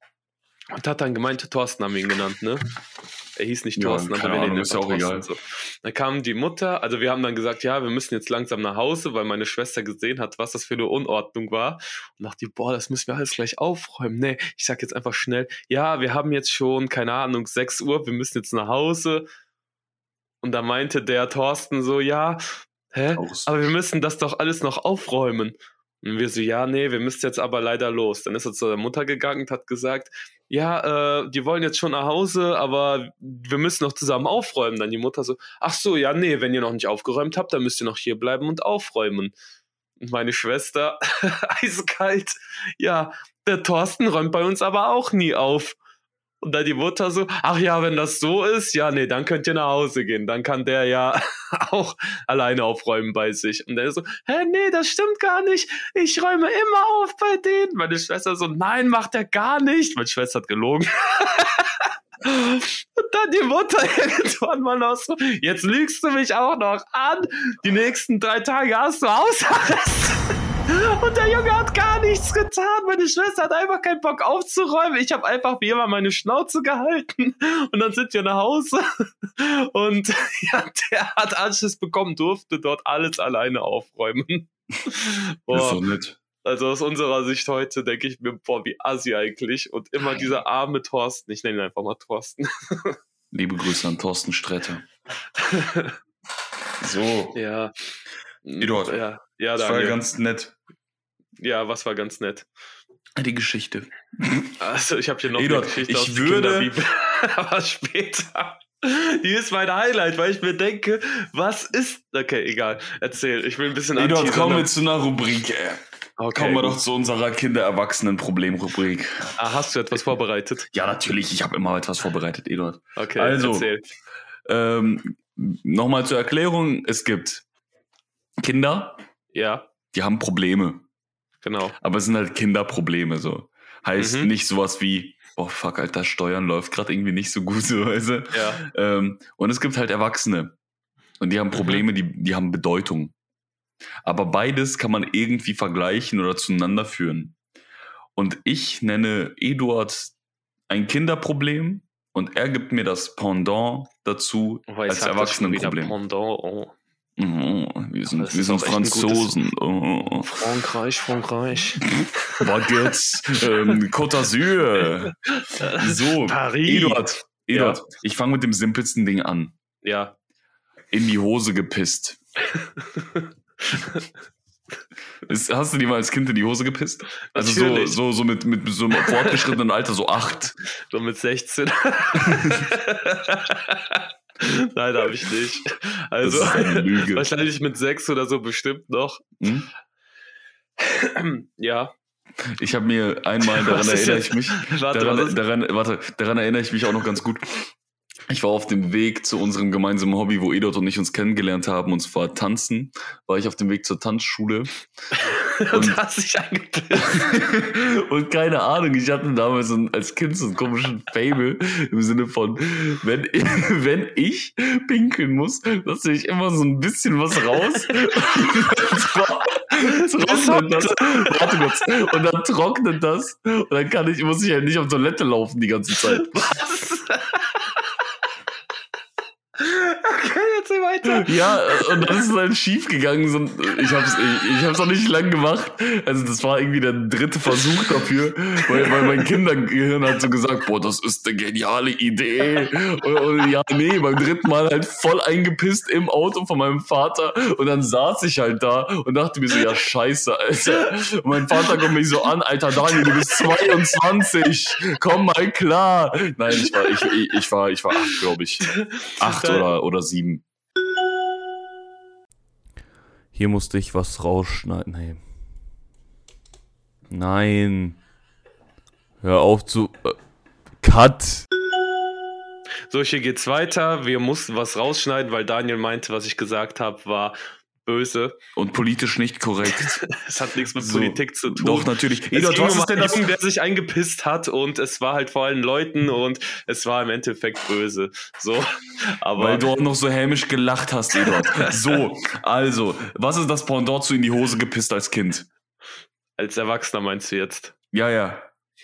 und hat dann gemeint, Thorsten haben wir ihn genannt, ne? Er hieß nicht Thorsten, ja, aber wir nennen ihn ist auch Thorsten. Egal. So. Dann kam die Mutter, also wir haben dann gesagt, ja, wir müssen jetzt langsam nach Hause, weil meine Schwester gesehen hat, was das für eine Unordnung war. Und dachte, boah, das müssen wir alles gleich aufräumen. Nee, ich sag jetzt einfach schnell, ja, wir haben jetzt schon, keine Ahnung, sechs Uhr, wir müssen jetzt nach Hause. Und da meinte der Thorsten so, ja, hä? Aus. Aber wir müssen das doch alles noch aufräumen. Und wir so, ja, nee, wir müssen jetzt aber leider los. Dann ist er zu der Mutter gegangen und hat gesagt, ja, äh, die wollen jetzt schon nach Hause, aber wir müssen noch zusammen aufräumen. Dann die Mutter so, ach so, ja, nee, wenn ihr noch nicht aufgeräumt habt, dann müsst ihr noch hier bleiben und aufräumen. Und meine Schwester, eiskalt, ja, der Thorsten räumt bei uns aber auch nie auf. Und dann die Mutter so, ach ja, wenn das so ist, ja, nee, dann könnt ihr nach Hause gehen. Dann kann der ja auch alleine aufräumen bei sich. Und der so, hä, nee, das stimmt gar nicht. Ich räume immer auf bei denen. Meine Schwester so, nein, macht er gar nicht. Meine Schwester hat gelogen. Und dann die Mutter irgendwann mal noch so, jetzt lügst du mich auch noch an. Die nächsten drei Tage hast du Hausarrest. Und der Junge hat gar nichts getan. Meine Schwester hat einfach keinen Bock aufzuräumen. Ich habe einfach wie immer meine Schnauze gehalten. Und dann sind wir nach Hause. Und ja, der hat Anschluss bekommen, durfte dort alles alleine aufräumen. Boah. Ist doch nett. Also aus unserer Sicht heute denke ich mir, boah, wie assi eigentlich. Und immer dieser arme Thorsten. Ich nenne ihn einfach mal Thorsten. Liebe Grüße an Thorsten Sträter. So. Ja. Eduard, Ja, ja, das war ja ganz nett. Ja, was war ganz nett? Die Geschichte. Also ich habe hier noch Eduard, eine Geschichte ich aus der würde- Kinderbibel. Aber später. Die ist mein Highlight, weil ich mir denke, was ist... Okay, egal. Erzähl, ich will ein bisschen Eduard, anteasern. kommen wir zu einer Rubrik. Ey. Okay, Kommen wir gut. doch zu unserer Kinder-Erwachsenen-Problem-Rubrik. Ah, hast du etwas vorbereitet? Ja, natürlich, ich habe immer etwas vorbereitet, Eduard. Okay, Also, erzähl. Ähm, Nochmal zur Erklärung, es gibt Kinder, Ja, die haben Probleme. genau. Aber es sind halt Kinderprobleme so. Heißt Mhm. nicht sowas wie, oh fuck, Alter, Steuern läuft gerade irgendwie nicht so gut, so, weißt du? Ja. Ähm, und es gibt halt Erwachsene. Und die haben Probleme, die, die haben Bedeutung. Aber beides kann man irgendwie vergleichen oder zueinander führen. Und ich nenne Eduard ein Kinderproblem und er gibt mir das Pendant dazu Oh, ich als sag das schon wieder, Erwachsenenproblem. Pendant. Oh. Oh, wir sind, Das wir ist sind auch echt ein Franzosen. Oh. Frankreich, Frankreich. Baguettes, ähm, Côte d'Azur. So, Paris. Eduard, Eduard, ich fange mit dem simpelsten Ding an. Ja. In die Hose gepisst. Ist, hast du dir mal als Kind in die Hose gepisst? Also so, Natürlich. so, so mit, mit so einem fortgeschrittenen Alter, so acht. So mit sechzehn. Nein, habe ich nicht. Also, Das ist eine Lüge. wahrscheinlich mit sechs oder so bestimmt noch. Hm? Ja. Ich habe mir einmal, daran Was ist erinnere jetzt- ich mich, Warte, daran, was ist- daran, warte, daran erinnere ich mich auch noch ganz gut. Ich war auf dem Weg zu unserem gemeinsamen Hobby, wo Eduard und ich uns kennengelernt haben, und zwar Tanzen. War ich auf dem Weg zur Tanzschule. Und hast dich angepisst. Und keine Ahnung, ich hatte damals so ein, als Kind so einen komischen Fable im Sinne von, wenn, wenn ich pinkeln muss, lasse ich immer so ein bisschen was raus. trocknet das. Warte kurz. Und dann trocknet das. Und dann kann ich, muss ich halt nicht auf Toilette laufen die ganze Zeit. Was? Okay, erzähl weiter. Ja, und dann ist es halt schief gegangen. So, ich hab's, ich, ich hab's auch nicht lang gemacht. Also das war irgendwie der dritte Versuch dafür, weil, weil mein Kindergehirn hat so gesagt, boah, das ist eine geniale Idee. Und, und ja, nee, beim dritten Mal halt voll eingepisst im Auto von meinem Vater. Und dann saß ich halt da und dachte mir so, ja scheiße, Alter. Und mein Vater kommt mich so an, Alter Daniel, du bist zweiundzwanzig. Komm mal klar. Nein, ich war, ich, ich, ich war, ich war acht, glaube ich. Acht oder, oder sieben. Hier musste ich was rausschneiden. Nee. Nein. Hör auf zu... Äh, Cut. So, hier geht's weiter. Wir mussten was rausschneiden, weil Daniel meinte, was ich gesagt habe, war böse. Und politisch nicht korrekt. Es hat nichts mit So, Politik zu tun. Doch, natürlich. Es Eduard, ging was um ist denn einen das? Jungen, der sich eingepisst hat, und es war halt vor allen Leuten und es war im Endeffekt böse. So, aber Weil du auch noch so hämisch gelacht hast, Eduard. So, also, was ist das Pendant zu in die Hose gepisst als Kind? als Erwachsener meinst du jetzt? Ja, ja.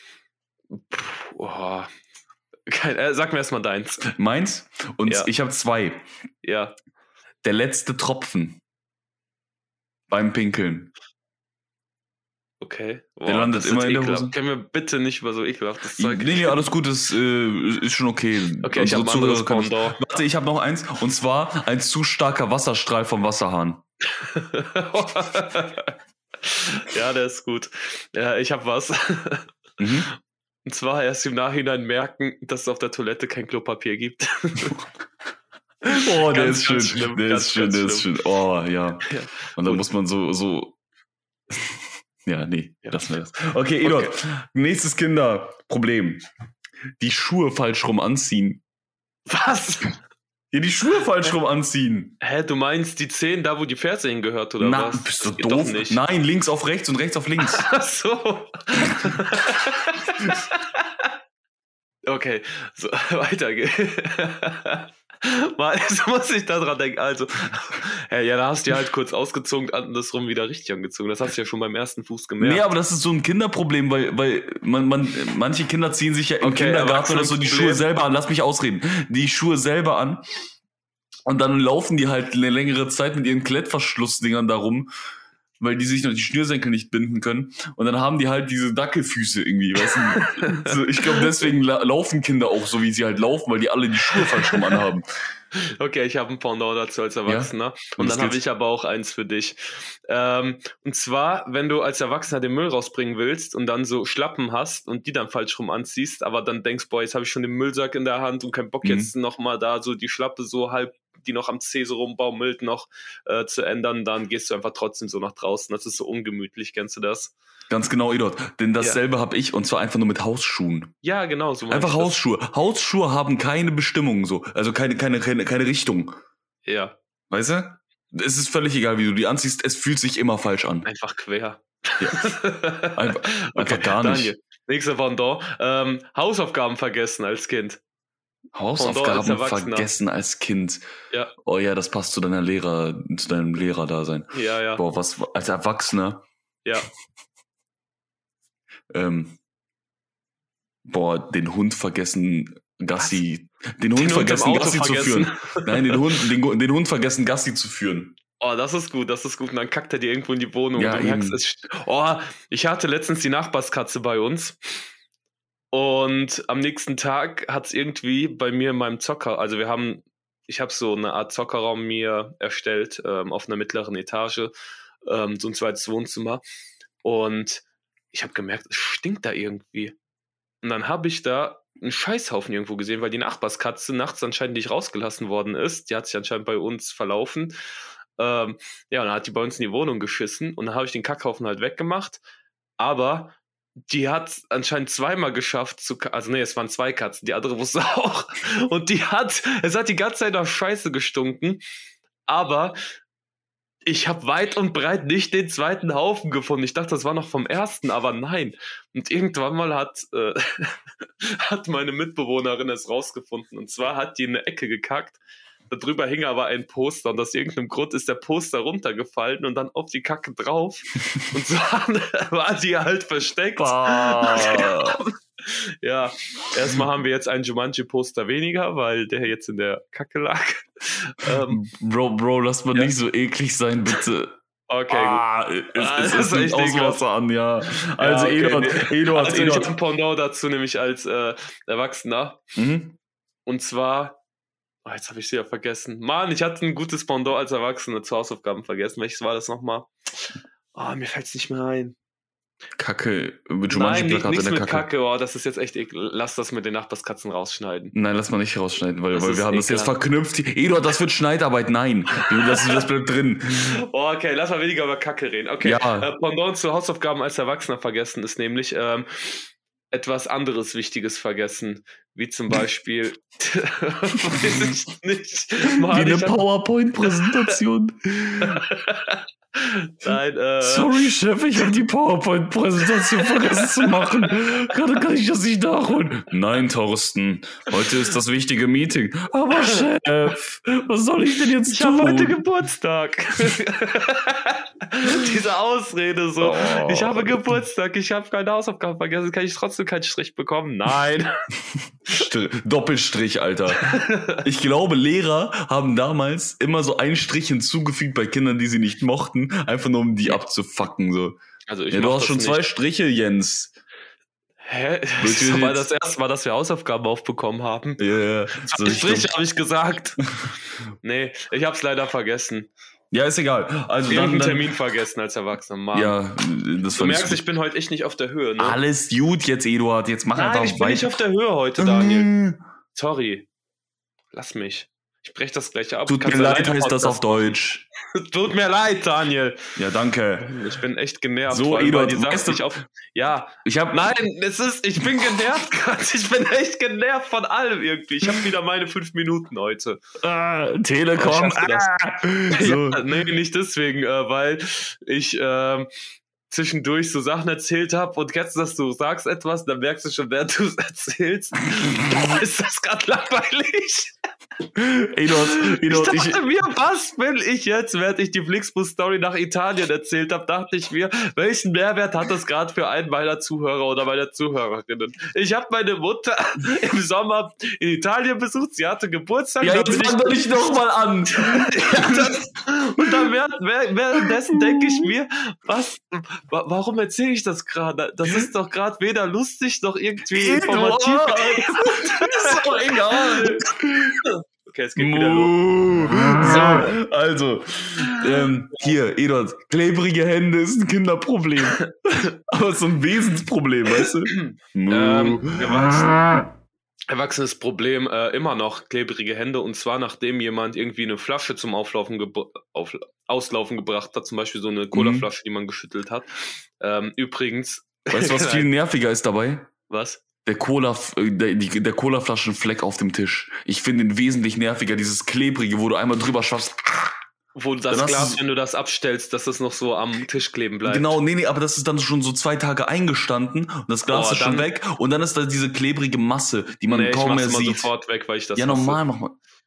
Oh. Kein, äh, sag mir erstmal deins. Meins? Und Ja. ich habe zwei. Ja. Der letzte Tropfen beim Pinkeln. Okay. Boah, Der landet das ist immer in der ekelhaft. Hose. Können wir bitte nicht über so ekelhaftes Nee, Zeug nee, alles gut, das äh, ist schon okay. Okay, ich Unsere habe ein anderes Zuhörer können- Pendant. Warte, ich habe noch eins. Und zwar ein zu starker Wasserstrahl vom Wasserhahn. Ja, der ist gut. Ja, ich habe was. Mhm. Und zwar erst im Nachhinein merken, dass es auf der Toilette kein Klopapier gibt. Oh, der Ganz, ist ganz schön. schlimm, Der ganz, ist schön, ganz der ist schlimm. schön. Oh, ja. Ja. Und dann Gut. muss man so, so. Ja, nee, Ja. lassen wir das. Okay, Eduard, Okay. nächstes Kinderproblem. Die Schuhe falsch rum anziehen. Was? Ja, die Schuhe falsch rum anziehen. Hä, du meinst die Zehen da, wo die Ferse hingehört, oder Na, was? bist du Das geht doof? Doch nicht. Nein, links auf rechts und rechts auf links. Ach so. Okay, so, weiter geht's. Mal, jetzt muss ich da dran denken. Also, hey, ja, da hast du ja halt kurz ausgezogen, andersrum wieder richtig angezogen. Das hast du ja schon beim ersten Fuß gemerkt. Nee, aber das ist so ein Kinderproblem, weil, weil man, man, manche Kinder ziehen sich ja im Okay, Kindergarten oder so die Erwachsenenproblem. Schuhe selber an. Lass mich ausreden. Die Schuhe selber an. Und dann laufen die halt eine längere Zeit mit ihren Klettverschlussdingern darum, weil die sich noch die Schnürsenkel nicht binden können. Und dann haben die halt diese Dackelfüße irgendwie, weißt du? So, ich glaube, deswegen la- laufen Kinder auch so, wie sie halt laufen, weil die alle die Schuhe falsch rum anhaben. Okay, ich habe ein Pendant dazu als Erwachsener. Und das dann habe geht's. ich aber auch eins für dich. Ähm, und zwar, wenn du als Erwachsener den Müll rausbringen willst und dann so Schlappen hast und die dann falsch rum anziehst, aber dann denkst, boah, jetzt habe ich schon den Müllsack in der Hand und keinen Bock Mhm. jetzt nochmal da so die Schlappe so halb, die noch am Zeh so rumbaumelt noch äh, zu ändern, dann gehst du einfach trotzdem so nach draußen. Das ist so ungemütlich, kennst du das? Ganz genau, Eduard. Denn dasselbe habe ich und zwar einfach nur mit Hausschuhen. Ja, genau. So meine Einfach ich das. Hausschuhe. Hausschuhe haben keine Bestimmung so. Also keine, keine, keine, keine Richtung. Ja, Weißt du? Es ist völlig egal, wie du die anziehst. Es fühlt sich immer falsch an. einfach quer. Ja. Einfach, Okay, einfach gar nicht. Daniel, nächster Pendant. Ähm, Hausaufgaben vergessen als Kind. Hausaufgaben als Erwachsener. vergessen als Kind. Ja. Oh ja, das passt zu deiner Lehrer, zu deinem Lehrer-Dasein. Ja, ja. Boah, was als Erwachsener. Ja. Ähm, boah, den Hund vergessen, Gassi. Den Hund Den Hund im vergessen, Auto Gassi zu vergessen. führen. Nein, den Hund, den, den Hund vergessen, Gassi zu führen. Oh, das ist gut, das ist gut. Und dann kackt er dir irgendwo in die Wohnung. Ja, und du merkst, eben. es. Oh, ich hatte letztens die Nachbarskatze bei uns. Und am nächsten Tag hat es irgendwie bei mir in meinem Zocker, also wir haben, ich habe so eine Art Zockerraum mir erstellt, ähm, auf einer mittleren Etage, ähm, so ein zweites Wohnzimmer. Und ich habe gemerkt, es stinkt da irgendwie. Und dann habe ich da einen Scheißhaufen irgendwo gesehen, weil die Nachbarskatze nachts anscheinend nicht rausgelassen worden ist. Die hat sich anscheinend bei uns verlaufen. Ähm, ja, und dann hat die bei uns in die Wohnung geschissen und dann habe ich den Kackhaufen halt weggemacht. Aber die hat anscheinend zweimal geschafft zu, ka- also nee, es waren zwei Katzen, die andere wusste auch. Und die hat, es hat die ganze Zeit nach Scheiße gestunken. Aber ich habe weit und breit nicht den zweiten Haufen gefunden. Ich dachte, das war noch vom ersten, aber nein. Und irgendwann mal hat, äh, hat meine Mitbewohnerin es rausgefunden. Und zwar hat die in eine Ecke gekackt. Darüber hing aber ein Poster und aus irgendeinem Grund ist der Poster runtergefallen und dann auf die Kacke drauf. Und so war die halt versteckt. Bah. Ja, erstmal haben wir jetzt ein Jumanji-Poster weniger, weil der jetzt in der Kacke lag. Ähm, Bro, Bro, lass mal Ja. nicht so eklig sein, bitte. okay, ah, es, Ah, es, das es ist nimmt echt Auswasser an, ja. Also, okay, Eduard, nee. Eduard, also ich habe Eduard. ein Pendant dazu, nämlich als äh, Erwachsener. Mhm. Und zwar, oh, jetzt habe ich sie ja vergessen. Mann, ich hatte ein gutes Pendant als Erwachsener zu Hausaufgaben vergessen. Welches war das nochmal? Oh, mir fällt es nicht mehr ein. Kacke, mit Nein, nicht, Jumanji-Plakat in nichts der mit Kacke. Kacke. Oh, das ist jetzt echt ekel. Lass das mit den Nachbarskatzen rausschneiden. Nein, lass mal nicht rausschneiden, weil, Das weil ist wir haben das jetzt ekelhaft. verknüpft. Eduard, das wird Schneidarbeit. Nein, das, das bleibt drin. Oh, okay, lass mal weniger über Kacke reden. Okay, Ja. äh, Pendant zu Hausaufgaben als Erwachsener vergessen ist nämlich ähm, etwas anderes Wichtiges vergessen. Wie zum Beispiel, weiß ich nicht. Mann, Wie eine ich hab- PowerPoint-Präsentation. Nein, äh, Sorry, Chef, ich habe die PowerPoint-Präsentation vergessen zu machen. Gerade kann ich das nicht nachholen. Nein, Thorsten, heute ist das wichtige Meeting. Aber Chef, was soll ich denn jetzt ich tun? habe heute Geburtstag. Diese Ausrede so. Oh. Ich habe Geburtstag, ich habe keine Hausaufgaben vergessen, kann ich trotzdem keinen Strich bekommen? Nein. Str- Doppelstrich, Alter. Ich glaube, Lehrer haben damals immer so einen Strich hinzugefügt bei Kindern, die sie nicht mochten, einfach nur um die abzufacken. So. Also ich Ja, du mach hast das schon nicht. zwei Striche, Jens. Hä? Willst du Das war jetzt- das erste Mal, dass wir Hausaufgaben aufbekommen haben. Ja, ja. So, Zwei ich Striche glaub, habe ich gesagt. Nee, ich habe es leider vergessen. Ja, ist egal. Also dann, Irgendeinen dann Termin vergessen als Erwachsener, Mann. Ja, das Du war merkst, nicht ich bin heute echt nicht auf der Höhe, ne? Alles gut jetzt, Eduard. Jetzt mach Nein, einfach ich bin nicht weiter. auf der Höhe heute, Daniel. Sorry. Lass mich. Ich brech das gleich ab. Tut Kannst mir du leid, alleine heißt das Podcast auf Deutsch. machen. Tut mir leid, Daniel. Ja, danke. Ich bin echt genervt. So, vor allem, Eduard, weil die Sachen weißt du- nicht auf. Ja. Ich hab, Nein, es ist, ich bin genervt gerade. Ich bin echt genervt von allem irgendwie. Ich habe wieder meine fünf Minuten heute. Ah, Telekom. Ich hasse das. Ah, so. Ja, nee, nicht deswegen, äh, weil ich ähm, zwischendurch so Sachen erzählt habe und kennst du das, du sagst etwas, dann merkst du schon, während du es erzählst, ist das gerade langweilig. Eduard, Ich Eduard, ich, dachte mir, was will ich jetzt, während ich die Flixbus-Story nach Italien erzählt habe, dachte ich mir, welchen Mehrwert hat das gerade für einen meiner Zuhörer oder meiner Zuhörerinnen? Ich habe meine Mutter im Sommer in Italien besucht, sie hatte Geburtstag. ja, da jetzt bin ich- fang doch nicht nochmal an. Ja, das, und dann während, während- währenddessen denke ich mir, was, wa- warum erzähle ich das gerade? Das ist doch gerade weder lustig noch irgendwie informativ. Eduard, ist doch egal. Okay, es geht wieder los. Mu. So, also, ähm, hier, Eduard, klebrige Hände ist ein Kinderproblem. Aber so ein Wesensproblem, weißt du? Mu. Ähm, erwachsen, erwachsenes Problem, äh, immer noch klebrige Hände, und zwar nachdem jemand irgendwie eine Flasche zum Auflaufen gebr- auf, Auslaufen gebracht hat, zum Beispiel so eine Colaflasche, die man geschüttelt hat. Ähm, übrigens, Weißt du, was viel nerviger ist dabei? was? Der Cola, äh, der, die, der Colaflaschenfleck auf dem Tisch. Ich finde ihn wesentlich nerviger, dieses klebrige, wo du einmal drüber schaffst. Wo das Dann hast Glas, du- wenn du das abstellst, dass es noch so am Tisch kleben bleibt. Genau, nee, nee, aber das ist dann schon so zwei Tage eingestanden und das Glas Oh, ist schon dann- weg und dann ist da diese klebrige Masse, die man Nee, ich kaum mach's mehr immer sieht. sofort weg, weil ich das Ja, hasse. normal, mach mal.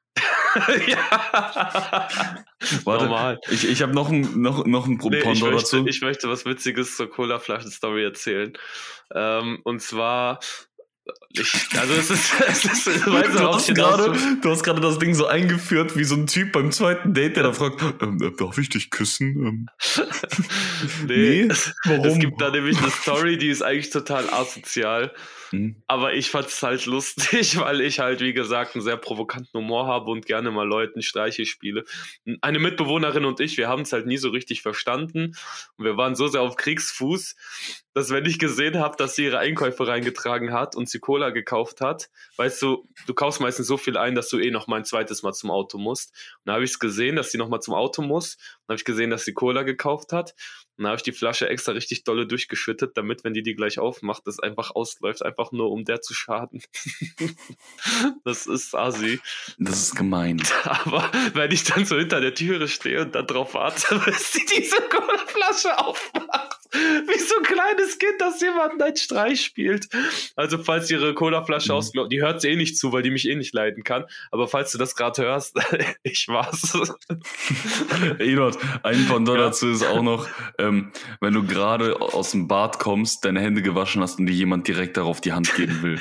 Ja. Warte, Normal. ich, ich habe noch ein, noch, noch ein Nee, ich, Pendant möchte, dazu. ich möchte was Witziges zur Cola-Flaschen-Story erzählen. Ähm, und zwar, ich, also es ist, es ist ich weiß nicht, Du ob hast, ich gerade, hinaus- du hast gerade das Ding so eingeführt wie so ein Typ beim zweiten Date, der da fragt, ähm, äh, darf ich dich küssen? Ähm, Nee, nee, warum? es gibt da nämlich eine Story, die ist eigentlich total asozial. Hm. Aber ich fand es halt lustig, weil ich halt, wie gesagt, einen sehr provokanten Humor habe und gerne mal Leuten Streiche spiele. Eine Mitbewohnerin und ich, wir haben es halt nie so richtig verstanden. Und wir waren so sehr auf Kriegsfuß, dass wenn ich gesehen habe, dass sie ihre Einkäufe reingetragen hat und sie Cola gekauft hat, weißt du, du kaufst meistens so viel ein, dass du eh noch mal ein zweites Mal zum Auto musst. Und da habe ich es gesehen, dass sie noch mal zum Auto muss. Dann habe ich gesehen, dass sie Cola gekauft hat. Und dann habe ich die Flasche extra richtig dolle durchgeschüttet, damit, wenn die die gleich aufmacht, das einfach ausläuft, einfach nur, um der zu schaden. Das ist assi. Das ist gemein. Aber wenn ich dann so hinter der Türe stehe und dann drauf warte, bis sie diese Colaflasche aufmacht, wie so ein kleines Kind, das jemanden einen Streich spielt. Also falls ihre Colaflasche Mhm. ausgelaufen, die hört sie eh nicht zu, weil die mich eh nicht leiden kann. Aber falls du das gerade hörst, ich war's. Eduard, ein Pendant Ja. dazu ist auch noch, ähm, wenn du gerade aus dem Bad kommst, deine Hände gewaschen hast und dir jemand direkt darauf die Hand geben will.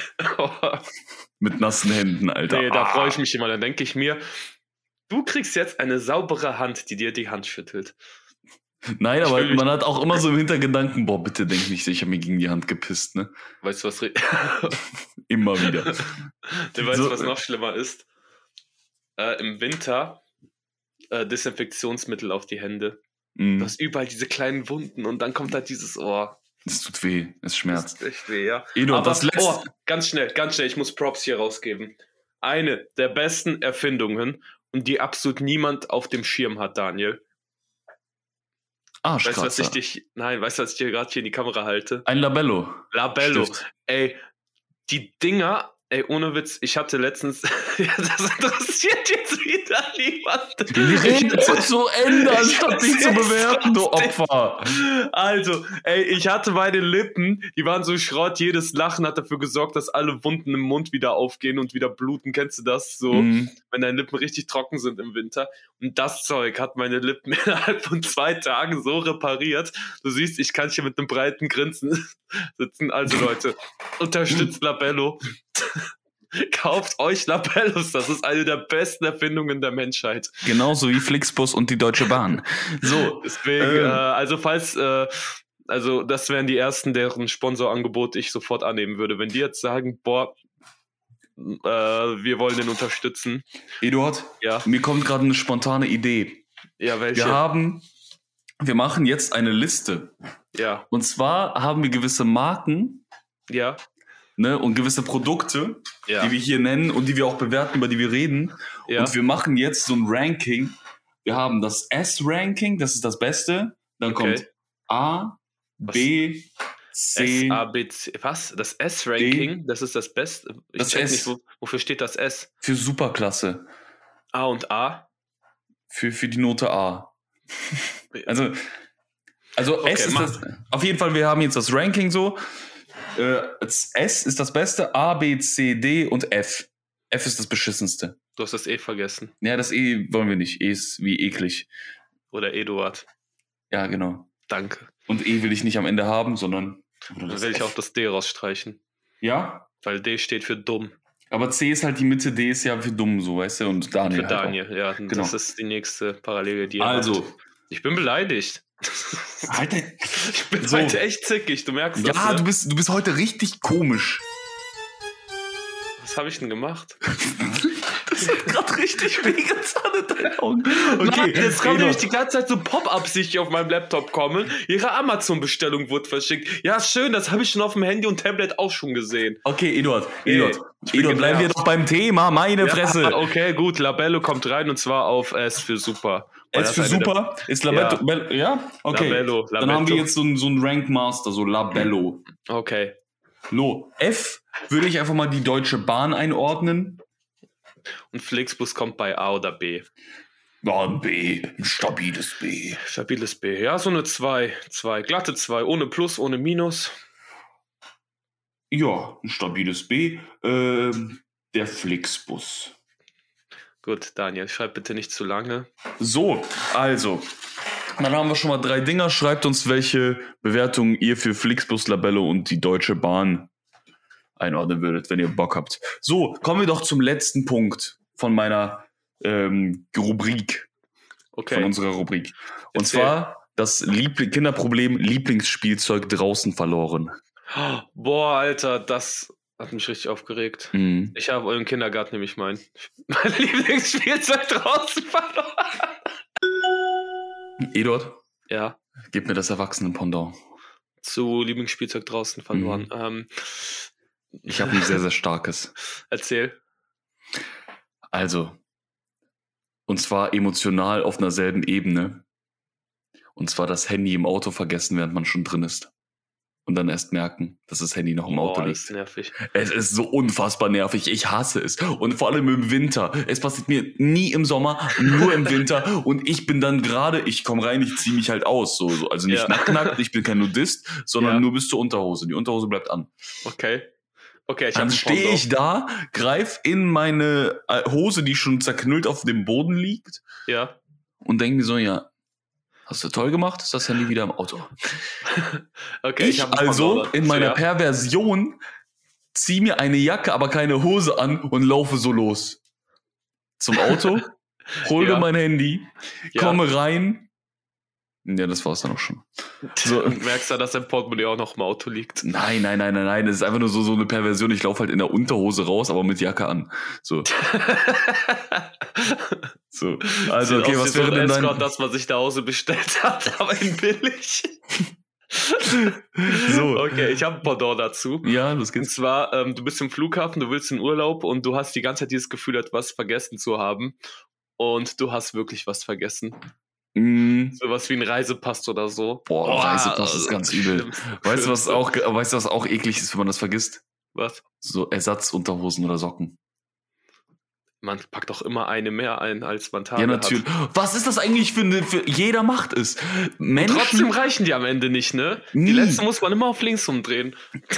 Mit nassen Händen, Alter. Nee, da Ah. freue ich mich immer. Dann denke ich mir, du kriegst jetzt eine saubere Hand, die dir die Hand schüttelt. Nein, Ich aber will mich- man hat auch immer so im Hintergedanken, boah, bitte denk nicht, ich habe mir gegen die Hand gepisst, ne? Weißt du, was, re- Immer wieder. nee, weißt, So- du, was noch schlimmer ist? Äh, Im Winter äh, Desinfektionsmittel auf die Hände. Du Mm, hast überall diese kleinen Wunden und dann kommt halt dieses Ohr. es tut weh, es Das schmerzt. ist echt weh, ja. Eduard, Aber, das letzte... oh, ganz schnell, ganz schnell, ich muss Props hier rausgeben. Eine der besten Erfindungen und die absolut niemand auf dem Schirm hat, Daniel. Weißt du, was ich Arschkratzer. dich, nein, weißt du, was ich dir gerade hier in die Kamera halte? Ein Labello. Labello. Stift. Ey, die Dinger, ey, ohne Witz, ich hatte letztens, das interessiert jetzt wieder niemand. Die Rede zu Ende, Ich anstatt dich zu erzähl's bewerten, du trotzdem. Opfer. Also, ey, ich hatte meine Lippen, die waren so Schrott, jedes Lachen hat dafür gesorgt, dass alle Wunden im Mund wieder aufgehen und wieder bluten. Kennst du das? So, Mm. wenn deine Lippen richtig trocken sind im Winter. Und das Zeug hat meine Lippen innerhalb von zwei Tagen so repariert. Du siehst, ich kann hier mit einem breiten Grinsen sitzen. Also Leute, unterstützt Labello. Kauft euch Labellos. Das ist eine der besten Erfindungen der Menschheit. Genauso wie Flixbus und die Deutsche Bahn. So, Deswegen, Ähm. äh, also falls, äh, also das wären die ersten, deren Sponsorangebot ich sofort annehmen würde. Wenn die jetzt sagen, boah, äh, wir wollen den unterstützen. Eduard, Ja, mir kommt gerade eine spontane Idee. Ja, welche? Wir haben, wir machen jetzt eine Liste. Ja. Und zwar haben wir gewisse Marken, Ja. ne, und gewisse Produkte, Ja. die wir hier nennen und die wir auch bewerten, über die wir reden. Ja. Und wir machen jetzt so ein Ranking. Wir haben das S-Ranking, das ist das Beste. Dann Okay. kommt A, B, C. S, A, B, C. Was? Das S-Ranking? Das ist das Beste? Ich Das check S. nicht, wo, wofür steht das S? Für Superklasse. A und A? Für, für die Note A. Also, also Okay, S ist mach. das. Auf jeden Fall, wir haben jetzt das Ranking so. Äh, das S ist das Beste, A, B, C, D und F. F ist das beschissenste. Du hast das E vergessen. Ja, das E wollen wir nicht. E ist wie eklig. Oder Eduard. Ja, genau. Danke. Und E will ich nicht am Ende haben, sondern. Dann will ich auch das D rausstreichen. Ja, Weil D steht für dumm. aber C ist halt die Mitte, D ist ja für dumm, so, weißt du? Und Daniel. Für halt auch. Daniel, ja. Genau. Das ist die nächste Parallele, die ihr Also. habt. Ich bin beleidigt. Alter. Ich bin So. heute echt zickig, du merkst das. Ja, ne? du bist, du bist heute richtig komisch. Was habe ich denn gemacht? Das hat gerade richtig wehgetan in deinen Augen. Nein, jetzt kommt Eduard. nämlich die ganze Zeit so Pop-Ups, die hier auf meinem Laptop kommen. Ihre Amazon-Bestellung wurde verschickt. Ja, schön, das habe ich schon auf dem Handy und Tablet auch schon gesehen. Okay, Eduard, Nee, Eduard, ich bin Eduard, bleiben wir genervt. doch beim Thema, meine Ja, Fresse. okay, gut, Labello kommt rein und zwar auf S für super. Weil S das für eine super, ist Labetto, Ja. Bell- ja? Okay, Labello, dann haben Labetto. wir jetzt so einen so einen Rank Master, so Labello. der- Okay. Lo, F würde ich einfach mal die Deutsche Bahn einordnen. Und Flixbus kommt bei A oder B. Ja, ein B, ein stabiles B. Stabiles B. Ja, so eine zwei. zwei. Glatte zwei. Ohne Plus, ohne Minus. Ja, ein stabiles B. Ähm, der Flixbus. Gut, Daniel, schreib bitte nicht zu lange. So, also, dann haben wir schon mal drei Dinger. Schreibt uns, welche Bewertungen ihr für Flixbus, Labello und die Deutsche Bahn einordnen würdet, wenn ihr Bock habt. So, kommen wir doch zum letzten Punkt von meiner ähm, Rubrik, Okay. von unserer Rubrik. Und Erzähl. zwar das Liebl- Kinderproblem Lieblingsspielzeug draußen verloren. Boah, Alter, das hat mich richtig aufgeregt. Mhm. Ich habe euren Kindergarten nämlich mein, mein Lieblingsspielzeug draußen verloren. Eduard, Ja, gib mir das Erwachsenen-Pendant. zu Lieblingsspielzeug draußen verloren. Mhm. Ähm, Ich habe ein sehr, sehr starkes. erzähl. Also, und zwar emotional auf einer selben Ebene. Und zwar das Handy im Auto vergessen, während man schon drin ist. Und dann erst merken, dass das Handy noch im Auto Boah, das ist liegt. nervig. Es ist so unfassbar nervig. Ich hasse es. Und vor allem im Winter. Es passiert mir nie im Sommer, nur im Winter. Und ich bin dann gerade, ich komme rein, ich ziehe mich halt aus. So, so. Also nicht Ja. nackt, ich bin kein Nudist, sondern Ja. nur bis zur Unterhose. Die Unterhose bleibt an. Okay. Okay, ich Dann habe stehe ich da, greif in meine äh, Hose, die schon zerknüllt auf dem Boden liegt, Ja. und denke mir so, ja, hast du toll gemacht, ist das Handy wieder im Auto. Okay, ich hab einen also Pendant in dazu, meiner ja. Perversion ziehe mir eine Jacke, aber keine Hose an und laufe so los. Zum Auto, hole Ja. mein Handy, Ja. komme rein. Ja, das war's dann auch schon. So. Und merkst du, dass dein Portemonnaie auch noch im Auto liegt? Nein, nein, nein, nein, nein. Es ist einfach nur so, so eine Perversion. Ich laufe halt in der Unterhose raus, aber mit Jacke an. So. So. Also, Sieht okay, aus was wie wäre so ein denn Escort, dein. das man sich nach Hause bestellt hat, aber in billig. So. Okay, ich habe ein Pendant dazu. Ja, los Und geht's. zwar, ähm, du bist im Flughafen, du willst in Urlaub und du hast die ganze Zeit dieses Gefühl, etwas vergessen zu haben. Und du hast wirklich was vergessen. Mm, Sowas wie ein Reisepass oder so. Boah, Reisepass ist ganz übel. schlimmste- weißt du, was schlimmste. auch, weißt du, was auch eklig ist, wenn man das vergisst? Was? So Ersatzunterhosen oder Socken. Man packt doch immer eine mehr ein, als man Tage Ja, natürlich. Was ist das eigentlich für eine. Für, jeder macht es. hat. Menschen. Trotzdem reichen die am Ende nicht, ne? Nie. Die letzte muss man immer auf links umdrehen.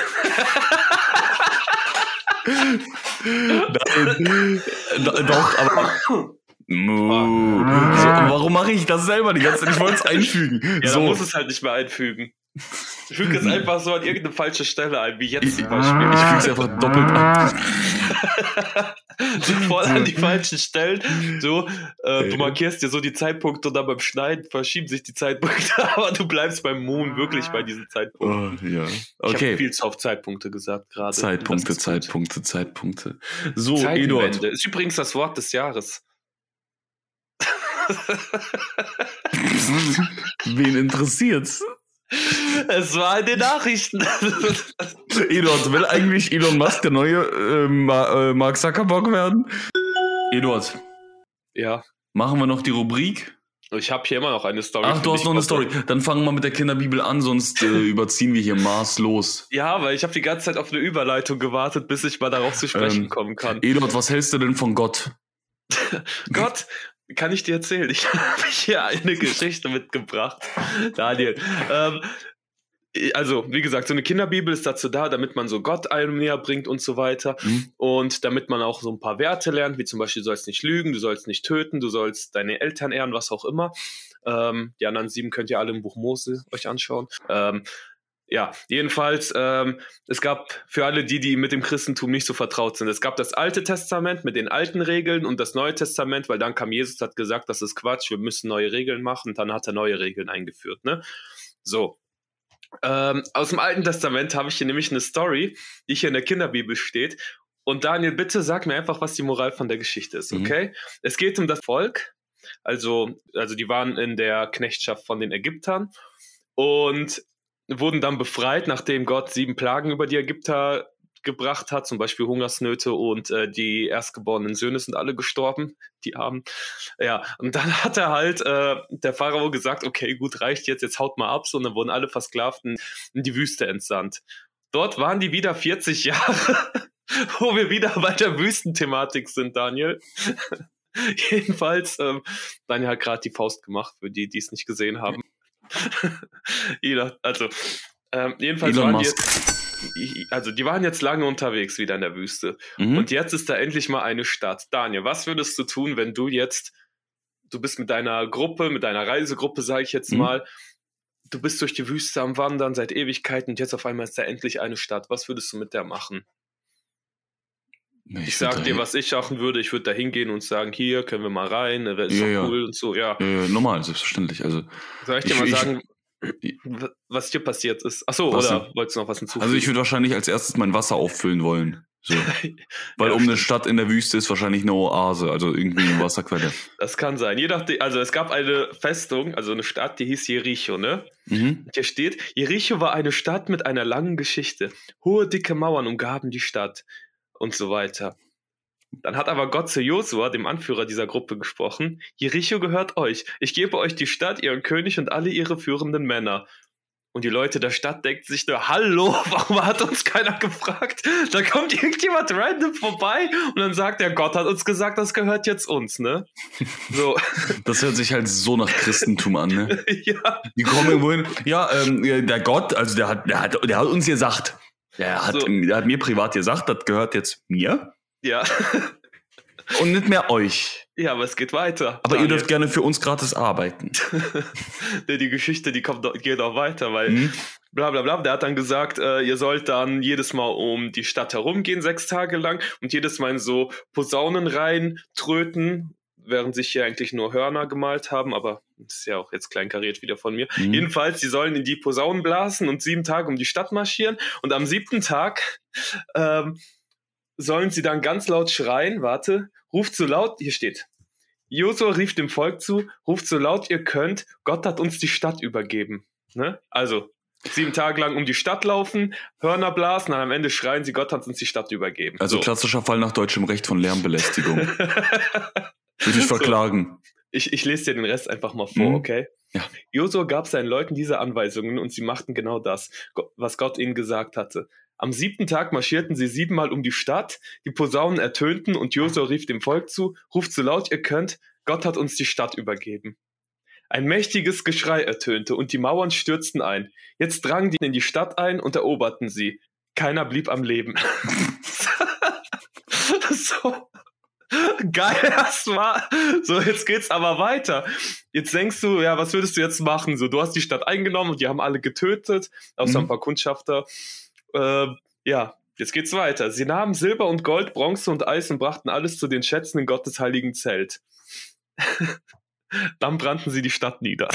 Nein. Do- Doch, aber. Mu. So, warum mache ich das selber die ganze Zeit? Ich wollte es einfügen. Ja, so. dann muss es halt nicht mehr einfügen. Füge es einfach so an irgendeine falsche Stelle ein, wie jetzt zum Beispiel. Ich füge es einfach doppelt an. So voll an die falschen Stellen. So, äh, du markierst dir so die Zeitpunkte und dann beim Schneiden verschieben sich die Zeitpunkte, aber du bleibst beim Moon wirklich bei diesen Zeitpunkten. Oh, ja. Ich habe Okay. viel zu oft Zeitpunkte gesagt gerade. Zeitpunkte, Das ist gut. Zeitpunkte, Zeitpunkte. So, Eduard. Zeitenwende ist übrigens das Wort des Jahres. Wen interessiert's? Es war in den Nachrichten. Eduard, will eigentlich Elon Musk der neue äh, Ma- äh, Mark Zuckerberg werden? Eduard, Ja, machen wir noch die Rubrik? ich habe hier immer noch eine Story. Ach, für du hast dich, noch eine Otto. Story. Dann fangen wir mit der Kinderbibel an, sonst äh, überziehen wir hier maßlos. Ja, weil ich habe die ganze Zeit auf eine Überleitung gewartet, bis ich mal darauf zu sprechen Ähm, kommen kann. Eduard, was hältst du denn von Gott? Gott, kann ich dir erzählen? Ich habe hier eine Geschichte mitgebracht. Daniel, ähm, also, wie gesagt, so eine Kinderbibel ist dazu da, damit man so Gott einem näher bringt und so weiter. Hm? Und damit man auch so ein paar Werte lernt, wie zum Beispiel, du sollst nicht lügen, du sollst nicht töten, du sollst deine Eltern ehren, was auch immer. Ähm, die anderen sieben könnt ihr alle im Buch Mose euch anschauen. Ähm, ja, jedenfalls, ähm, es gab für alle die, die mit dem Christentum nicht so vertraut sind, es gab das Alte Testament mit den alten Regeln und das Neue Testament, weil dann kam Jesus, hat gesagt, das ist Quatsch, wir müssen neue Regeln machen, dann hat er neue Regeln eingeführt, ne? So. Ähm, aus dem Alten Testament habe ich hier nämlich eine Story, die hier in der Kinderbibel steht. Und Daniel, bitte sag mir einfach, was die Moral von der Geschichte ist, okay? Mhm. Es geht um das Volk, also, also die waren in der Knechtschaft von den Ägyptern und wurden dann befreit, nachdem Gott sieben Plagen über die Ägypter gebracht hat, zum Beispiel Hungersnöte und äh, die erstgeborenen Söhne sind alle gestorben, die Armen. Ja, und dann hat er halt, äh, der Pharao gesagt, okay, gut, reicht jetzt, jetzt haut mal ab, so, und dann wurden alle Versklavten in die Wüste entsandt. Dort waren die wieder vierzig Jahre, wo wir wieder bei der Wüstenthematik sind, Daniel. Jedenfalls, ähm, Daniel hat gerade die Faust gemacht, für die, die es nicht gesehen haben. also, ähm, jedenfalls Elon waren die Musk. jetzt Also die waren jetzt lange unterwegs wieder in der Wüste. Mhm. Und jetzt ist da endlich mal eine Stadt. Daniel, was würdest du tun, wenn du jetzt, du bist mit deiner Gruppe, mit deiner Reisegruppe, sage ich jetzt Mhm. mal, du bist durch die Wüste am Wandern seit Ewigkeiten und jetzt auf einmal ist da endlich eine Stadt. Was würdest du mit der machen? Ich, ich sag dir, was ich machen würde. Ich würde da hingehen und sagen, hier, können wir mal rein, das ist ja, doch ja. cool und so. Ja, äh, normal, selbstverständlich. Also, soll ich dir ich, mal ich, sagen, ich, was dir passiert ist? Achso, was oder denn? wolltest du noch was hinzufügen? Also ich würde wahrscheinlich als erstes mein Wasser auffüllen wollen. So. Weil Ja, um stimmt. eine Stadt in der Wüste ist wahrscheinlich eine Oase, also irgendwie eine Wasserquelle. Das kann sein. Je nachdem, also es gab eine Festung, also eine Stadt, die hieß Jericho, ne? Mhm. Und hier steht, Jericho war eine Stadt mit einer langen Geschichte. Hohe, dicke Mauern umgaben die Stadt und so weiter. Dann hat aber Gott zu Josua, dem Anführer dieser Gruppe, gesprochen. Jericho gehört euch. Ich gebe euch die Stadt, ihren König und alle ihre führenden Männer. Und die Leute der Stadt denken sich nur, hallo, warum hat uns keiner gefragt? Da kommt irgendjemand random vorbei und dann sagt der Gott hat uns gesagt, das gehört jetzt uns, ne? So. Das hört sich halt so nach Christentum an, ne? Ja. Die kommen irgendwo hin. Ja, ähm, der Gott, also der hat, der hat, der hat uns gesagt. Der hat, So. der hat mir privat gesagt, das gehört jetzt mir Ja. und nicht mehr euch. Ja, aber es geht weiter. Aber ihr Daniel. dürft gerne für uns gratis arbeiten. Nee, die Geschichte, die kommt, noch- geht auch weiter, weil Mhm. bla bla bla, der hat dann gesagt, äh, ihr sollt dann jedes Mal um die Stadt herumgehen, sechs Tage lang und jedes Mal in so Posaunen rein tröten, während sich hier eigentlich nur Hörner gemalt haben, aber das ist ja auch jetzt kleinkariert wieder von mir. Mhm. Jedenfalls, die sollen in die Posaunen blasen und sieben Tage um die Stadt marschieren und am siebten Tag ähm, sollen sie dann ganz laut schreien, warte, ruft so laut, hier steht, Josua rief dem Volk zu, ruft so laut ihr könnt, Gott hat uns die Stadt übergeben. Ne? Also, sieben Tage lang um die Stadt laufen, Hörner blasen, dann am Ende schreien sie, Gott hat uns die Stadt übergeben. Also so. klassischer Fall nach deutschem Recht von Lärmbelästigung. Würde ich verklagen. Ich, ich lese dir den Rest einfach mal vor, Mhm. okay? Ja. Josua gab seinen Leuten diese Anweisungen und sie machten genau das, Go- was Gott ihnen gesagt hatte. Am siebten Tag marschierten sie siebenmal um die Stadt, die Posaunen ertönten und Josua rief dem Volk zu, ruft so laut ihr könnt, Gott hat uns die Stadt übergeben. Ein mächtiges Geschrei ertönte und die Mauern stürzten ein. Jetzt drangen die in die Stadt ein und eroberten sie. Keiner blieb am Leben. So geil erstmal. So, jetzt geht's aber weiter. Jetzt denkst du, ja, was würdest du jetzt machen? So, du hast die Stadt eingenommen und die haben alle getötet, außer Mhm. ein paar Kundschafter. Äh, ja, jetzt geht's weiter. Sie nahmen Silber und Gold, Bronze und Eis und brachten alles zu den Schätzen in Gottes heiligen Zelt. Dann brannten sie die Stadt nieder.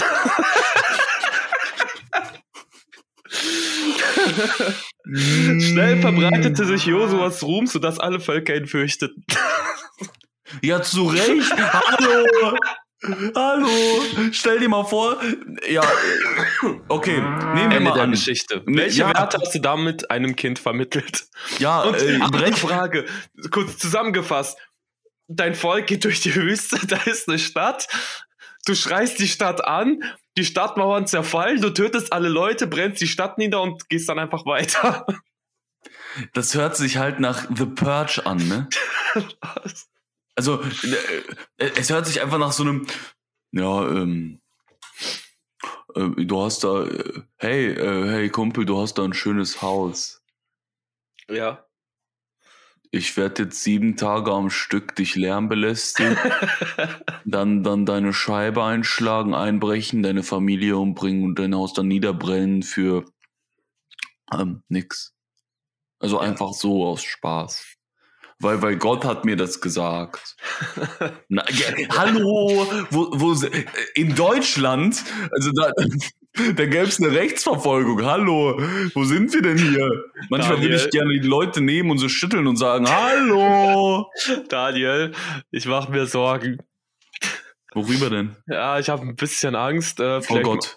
Schnell verbreitete sich Josuas Ruhm, sodass alle Völker ihn fürchteten. Ja, zu Recht. Hallo. Hallo, stell dir mal vor, ja, okay, nehmen wir Ende mal der an. Geschichte. Welche ja, Werte hast du damit einem Kind vermittelt? Ja, Und äh, andere Brett, Frage, kurz zusammengefasst. Dein Volk geht durch die Wüste, da ist eine Stadt, du schreist die Stadt an, die Stadtmauern zerfallen, du tötest alle Leute, brennst die Stadt nieder und gehst dann einfach weiter. das hört sich halt nach The Purge an, ne? Also, äh, es hört sich einfach nach so einem, ja, ähm, äh, du hast da, äh, hey, äh, hey Kumpel, du hast da ein schönes Haus. Ja. Ich werde jetzt sieben Tage am Stück dich lärmbelästigen, dann, dann deine Scheibe einschlagen, einbrechen, deine Familie umbringen und dein Haus dann niederbrennen für ähm, nix. Also Ja. einfach so aus Spaß. Weil, weil Gott hat mir das gesagt. Na, ja, hallo, wo, wo, in Deutschland, also da, da gäbe es eine Rechtsverfolgung. Hallo, wo sind wir denn hier? Manchmal würde ich gerne die Leute nehmen und so schütteln und sagen, hallo. Daniel, ich mache mir Sorgen. Worüber denn? Ja, ich habe ein bisschen Angst. Äh, Vor Gott.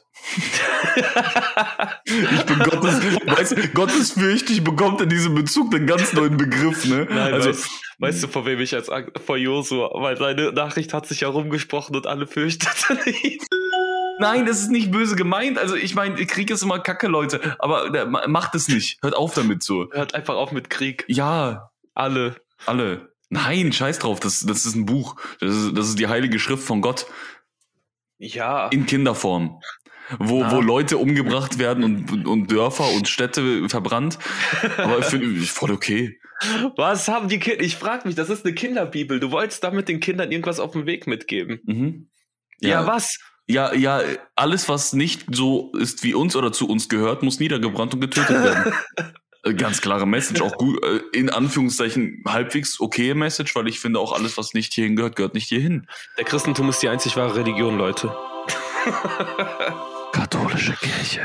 Ich bin Gottes, weißt, gottesfürchtig bekommt in diesem Bezug einen ganz neuen Begriff, ne? Nein, also, weißt, weißt du, vor wem ich jetzt Angst, vor Josua, weil seine Nachricht hat sich ja rumgesprochen und alle fürchteten ihn. Nein, das ist nicht böse gemeint. Also ich meine, Krieg ist immer Kacke, Leute. Aber der, macht es nicht. Hört auf damit so. Hört einfach auf mit Krieg. Ja. Alle. Alle. Nein, scheiß drauf. Das, das ist ein Buch. Das ist, das ist die heilige Schrift von Gott. Ja. In Kinderform. Wo, Na. wo Leute umgebracht werden und, und Dörfer und Städte verbrannt. Aber ich finde, ich voll okay. Was haben die Kinder? Ich frage mich, das ist eine Kinderbibel. Du wolltest damit den Kindern irgendwas auf den Weg mitgeben. Mhm. Ja, Ja, was? ja, ja, alles, was nicht so ist wie uns oder zu uns gehört, muss niedergebrannt und getötet werden. Äh, Ganz klare Message, auch gut, äh, in Anführungszeichen halbwegs okay Message, weil ich finde auch alles, was nicht hierhin gehört, gehört nicht hierhin. Der Christentum ist die einzig wahre Religion, Leute. Katholische Kirche.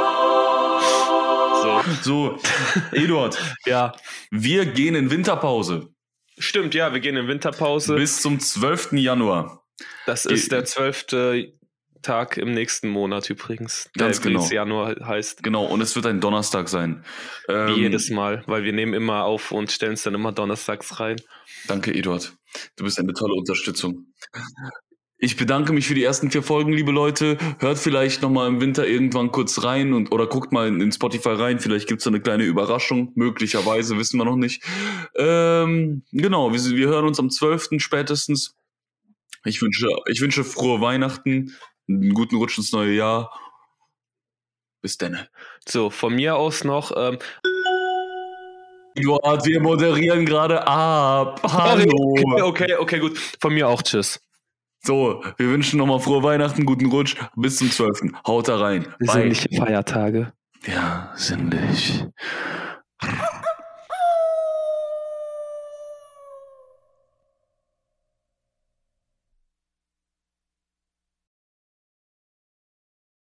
So. So, Eduard, Ja. wir gehen in Winterpause Stimmt, ja, wir gehen in Winterpause. bis zum zwölften Januar. Das ist der zwölfte Tag im nächsten Monat übrigens. Ganz der genau. übrigens Januar heißt. Genau, und es wird ein Donnerstag sein. Ähm, Wie jedes Mal, weil wir nehmen immer auf und stellen es dann immer donnerstags rein. Danke, Eduard. Du bist eine tolle Unterstützung. Ich bedanke mich für die ersten vier Folgen, liebe Leute. Hört vielleicht nochmal im Winter irgendwann kurz rein und oder guckt mal in, in Spotify rein. Vielleicht gibt's da eine kleine Überraschung. Möglicherweise, wissen wir noch nicht. Ähm, genau, wir, wir hören uns am zwölften spätestens. Ich wünsche, ich wünsche frohe Weihnachten, einen guten Rutsch ins neue Jahr. Bis dann. So, von mir aus noch. Ähm, Eduard, wir moderieren gerade ab. Hallo. Okay, okay, okay, gut. Von mir auch tschüss. So, wir wünschen nochmal frohe Weihnachten, guten Rutsch. Bis zum zwölften Haut da rein. Bye. Sinnliche Feiertage. Ja, sinnlich.